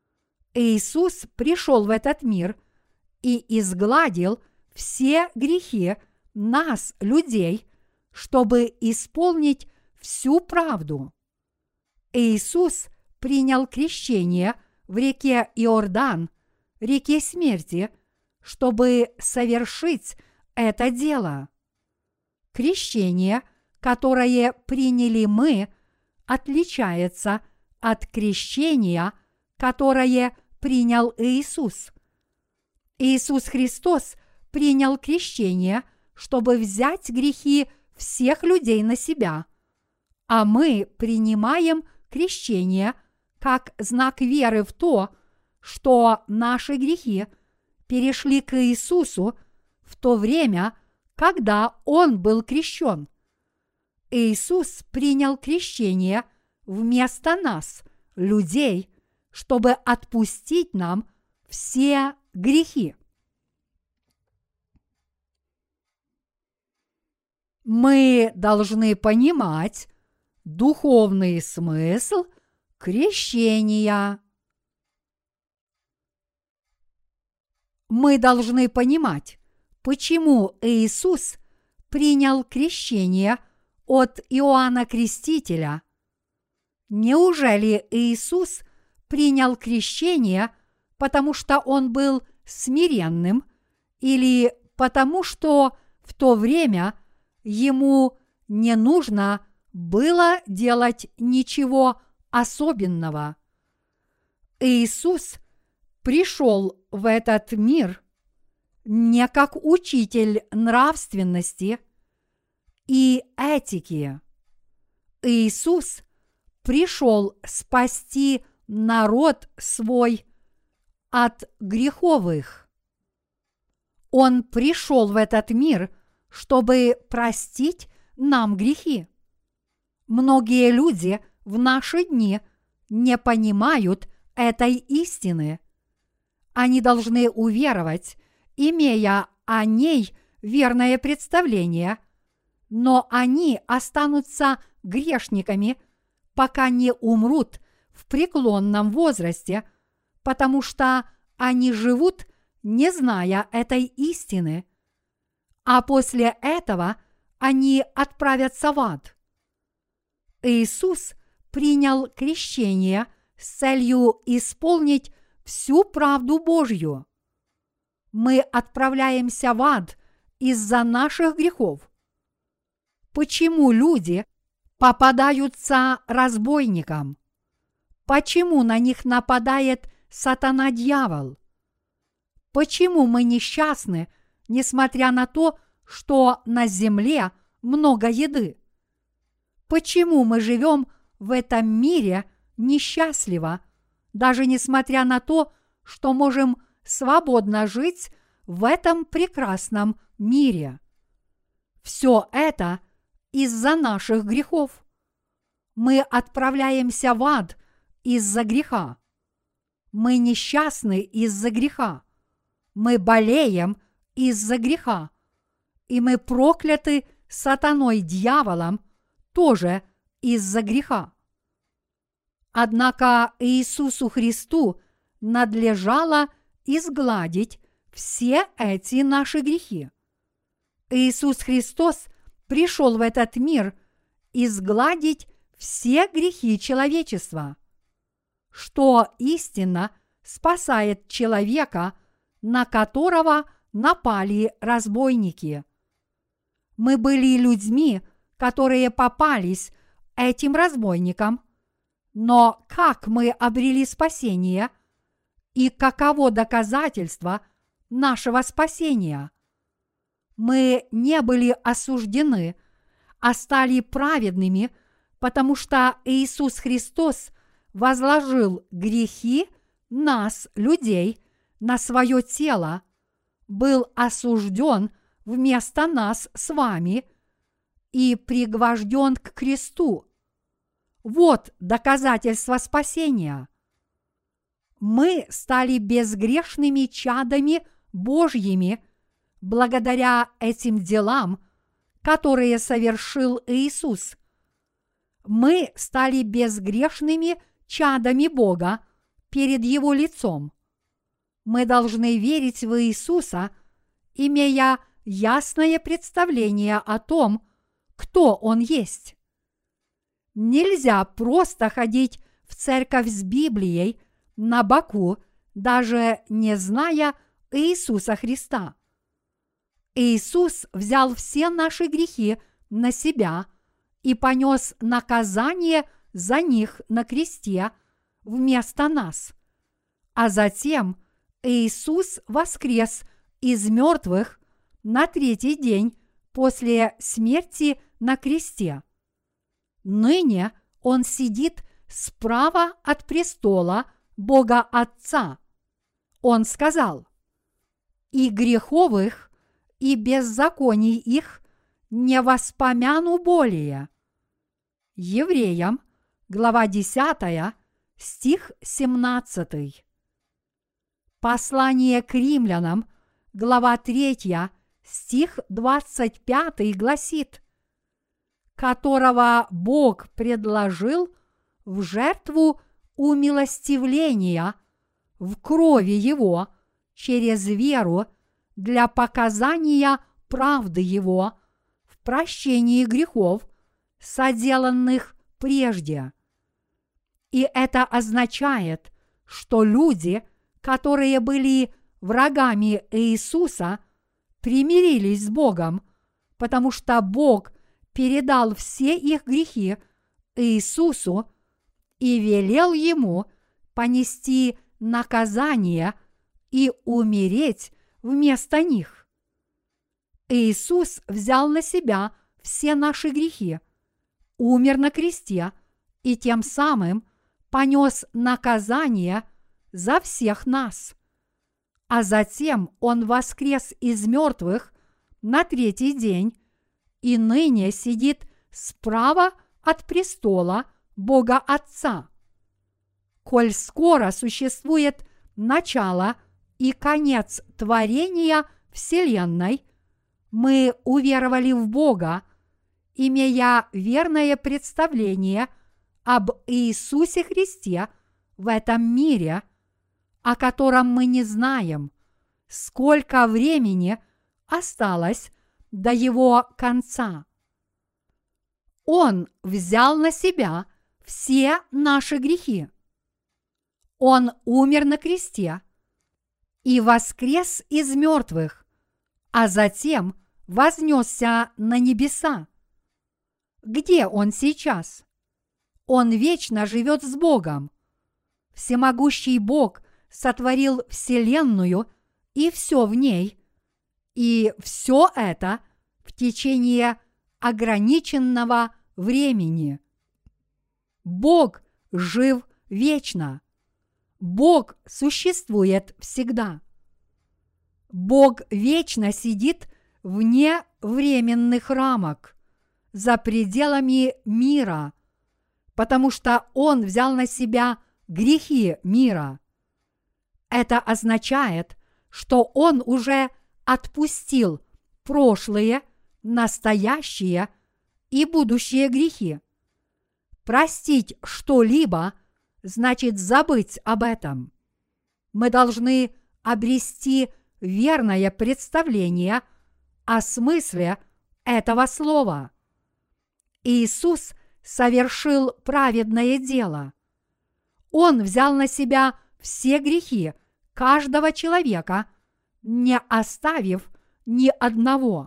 Иисус пришел в этот мир и изгладил все грехи нас, людей, чтобы исполнить всю правду. Иисус принял крещение в реке Иордан, реке смерти, чтобы совершить это дело. Крещение, которое приняли мы, отличается от крещения, которое принял Иисус. Иисус Христос принял крещение, чтобы взять грехи всех людей на себя, а мы принимаем крещение как знак веры в то, что наши грехи перешли к Иисусу в то время, когда Он был крещен. Иисус принял крещение вместо нас, людей, чтобы отпустить нам все грехи. Мы должны понимать, духовный смысл крещения. Мы должны понимать, почему Иисус принял крещение от Иоанна Крестителя. Неужели Иисус принял крещение, потому что он был смиренным, или потому что в то время ему не нужно было делать ничего особенного? Иисус пришел в этот мир не как учитель нравственности и этики. Иисус пришел спасти народ свой от греховых. Он пришел в этот мир, чтобы простить нам грехи. Многие люди в наши дни не понимают этой истины. Они должны уверовать, имея о ней верное представление, но они останутся грешниками, пока не умрут в преклонном возрасте, потому что они живут, не зная этой истины, а после этого они отправятся в ад. Иисус принял крещение с целью исполнить всю правду Божью. Мы отправляемся в ад из-за наших грехов. Почему люди попадаются разбойникам? Почему на них нападает сатана-дьявол? Почему мы несчастны, несмотря на то, что на земле много еды? Почему мы живем в этом мире несчастливо, даже несмотря на то, что можем свободно жить в этом прекрасном мире? Все это из-за наших грехов. Мы отправляемся в ад из-за греха. Мы несчастны из-за греха. Мы болеем из-за греха. И мы прокляты сатаной-дьяволом тоже из-за греха. Однако Иисусу Христу надлежало изгладить все эти наши грехи. Иисус Христос пришел в этот мир изгладить все грехи человечества, что истинно спасает человека, на которого напали разбойники. Мы были людьми, которые попались этим разбойникам, но как мы обрели спасение и каково доказательство нашего спасения? Мы не были осуждены, а стали праведными, потому что Иисус Христос возложил грехи нас, людей, на свое тело, был осужден вместо нас с вами и пригвожден к кресту. Вот доказательство спасения. Мы стали безгрешными чадами Божьими благодаря этим делам, которые совершил Иисус. Мы стали безгрешными чадами Бога перед Его лицом. Мы должны верить в Иисуса, имея ясное представление о том, кто Он есть. Нельзя просто ходить в церковь с Библией на боку, даже не зная Иисуса Христа. Иисус взял все наши грехи на себя и понес наказание за них на кресте вместо нас. А затем Иисус воскрес из мертвых на третий день после смерти на кресте. Ныне Он сидит справа от престола Бога Отца. Он сказал: «И греховых, и беззаконий их не воспомяну более». Евреям, глава десятая, стих семнадцатый. Послание к римлянам, глава третья, стих двадцать пятый гласит: которого Бог предложил в жертву умилостивления в крови Его через веру для показания правды Его в прощении грехов, соделанных прежде. И это означает, что люди, которые были врагами Иисуса, примирились с Богом, потому что Бог передал все их грехи Иисусу и велел ему понести наказание и умереть вместо них. Иисус взял на себя все наши грехи, умер на кресте и тем самым понес наказание за всех нас. А затем Он воскрес из мертвых на третий день и ныне сидит справа от престола Бога Отца. Коль скоро существует начало и конец творения Вселенной, мы уверовали в Бога, имея верное представление об Иисусе Христе в этом мире, о котором мы не знаем, сколько времени осталось до его конца. Он взял на себя все наши грехи. Он умер на кресте и воскрес из мертвых, а затем вознесся на небеса. Где Он сейчас? Он вечно живет с Богом. Всемогущий Бог сотворил Вселенную и все в ней, и все это в течение ограниченного времени. Бог жив вечно. Бог существует всегда. Бог вечно сидит вне временных рамок, за пределами мира, потому что Он взял на себя грехи мира. Это означает, что Он уже отпустил прошлые, настоящие и будущие грехи. Простить что-либо значит забыть об этом. Мы должны обрести верное представление о смысле этого слова. Иисус совершил праведное дело. Он взял на себя все грехи каждого человека, не оставив ни одного.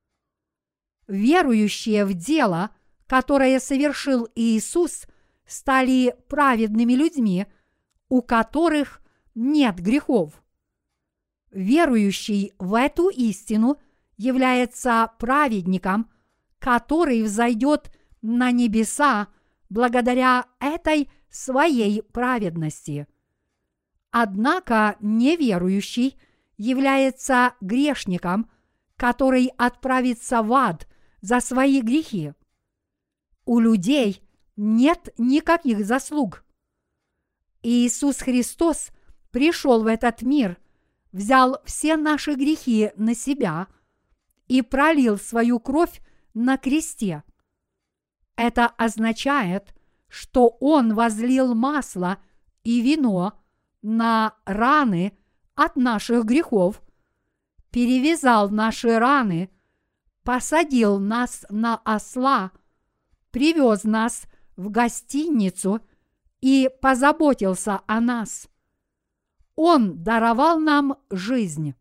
Верующие в дело, которое совершил Иисус, стали праведными людьми, у которых нет грехов. Верующий в эту истину является праведником, который взойдет на небеса благодаря этой своей праведности. Однако неверующий является грешником, который отправится в ад за свои грехи. У людей нет никаких заслуг. Иисус Христос пришел в этот мир, взял все наши грехи на себя и пролил свою кровь на кресте. Это означает, что Он возлил масло и вино на раны от наших грехов, перевязал наши раны, посадил нас на осла, привез нас в гостиницу и позаботился о нас. Он даровал нам жизнь.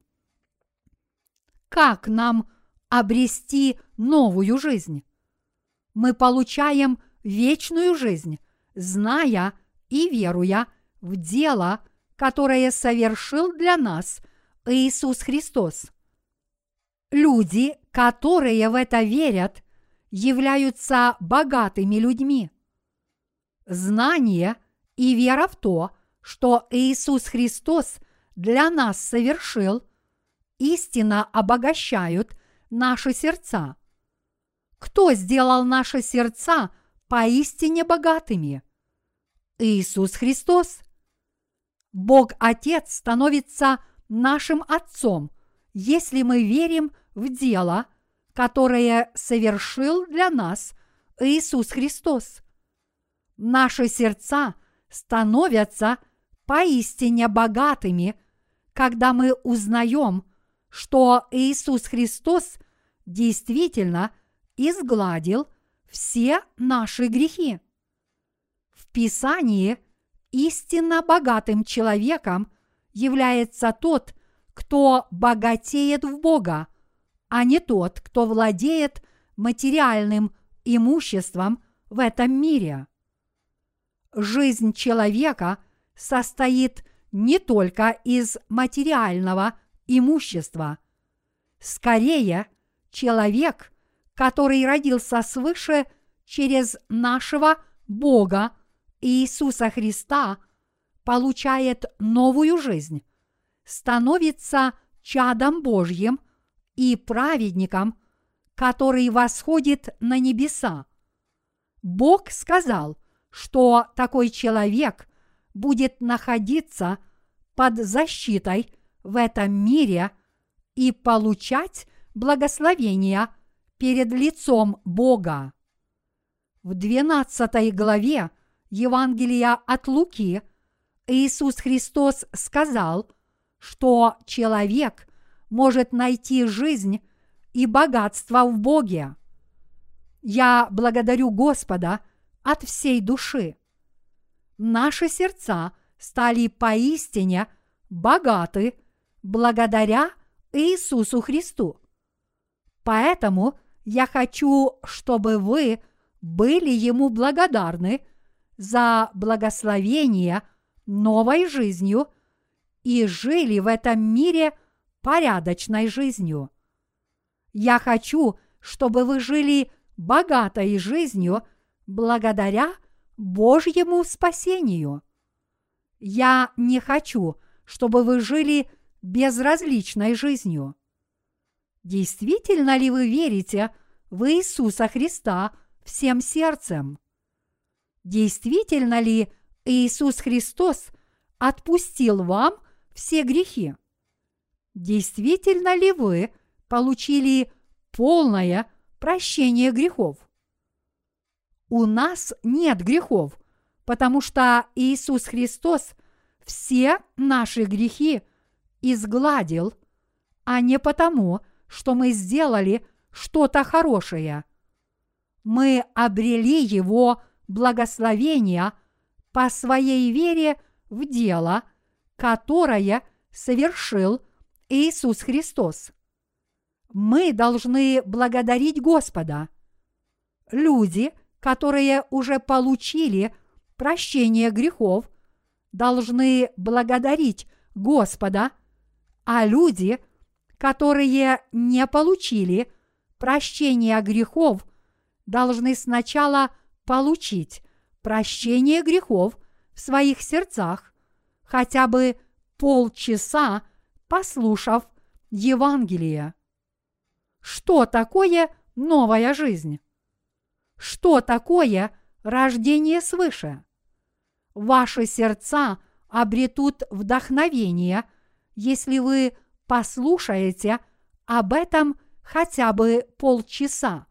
Как нам обрести новую жизнь? Мы получаем вечную жизнь, зная и веруя в дело, которое совершил для нас Иисус Христос. Люди, которые в это верят, являются богатыми людьми. Знание и вера в то, что Иисус Христос для нас совершил, истинно обогащают наши сердца. Кто сделал наши сердца поистине богатыми? Иисус Христос. Бог Отец становится нашим Отцом, если мы верим в дело, которое совершил для нас Иисус Христос. Наши сердца становятся поистине богатыми, когда мы узнаем, что Иисус Христос действительно изгладил все наши грехи. В Писании истинно богатым человеком является тот, кто богатеет в Бога, а не тот, кто владеет материальным имуществом в этом мире. Жизнь человека состоит не только из материального имущества. Скорее, человек, который родился свыше через нашего Бога Иисуса Христа, получает новую жизнь, становится чадом Божьим и праведником, который восходит на небеса. Бог сказал, что такой человек будет находиться под защитой в этом мире и получать благословения перед лицом Бога. В двенадцатой главе Евангелия от Луки Иисус Христос сказал, что человек может найти жизнь и богатство в Боге. Я благодарю Господа от всей души. Наши сердца стали поистине богаты благодаря Иисусу Христу. Поэтому я хочу, чтобы вы были Ему благодарны за благословение новой жизнью и жили в этом мире порядочной жизнью. Я хочу, чтобы вы жили богатой жизнью благодаря Божьему спасению. Я не хочу, чтобы вы жили безразличной жизнью. Действительно ли вы верите в Иисуса Христа всем сердцем? Действительно ли Иисус Христос отпустил вам все грехи? Действительно ли вы получили полное прощение грехов? У нас нет грехов, потому что Иисус Христос все наши грехи изгладил, а не потому, что мы сделали что-то хорошее. Мы обрели Его благословение по своей вере в дело, которое совершил Иисус Христос. Мы должны благодарить Господа. Люди, которые уже получили прощение грехов, должны благодарить Господа, а люди, которые не получили прощения грехов, должны сначала получить прощение грехов в своих сердцах, хотя бы полчаса послушав Евангелие. Что такое новая жизнь? Что такое рождение свыше? Ваши сердца обретут вдохновение, если вы послушаете об этом хотя бы полчаса.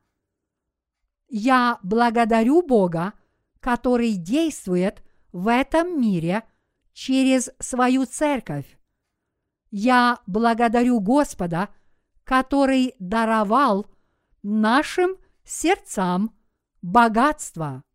Я благодарю Бога, который действует в этом мире через свою церковь. Я благодарю Господа, который даровал нашим сердцам богатство.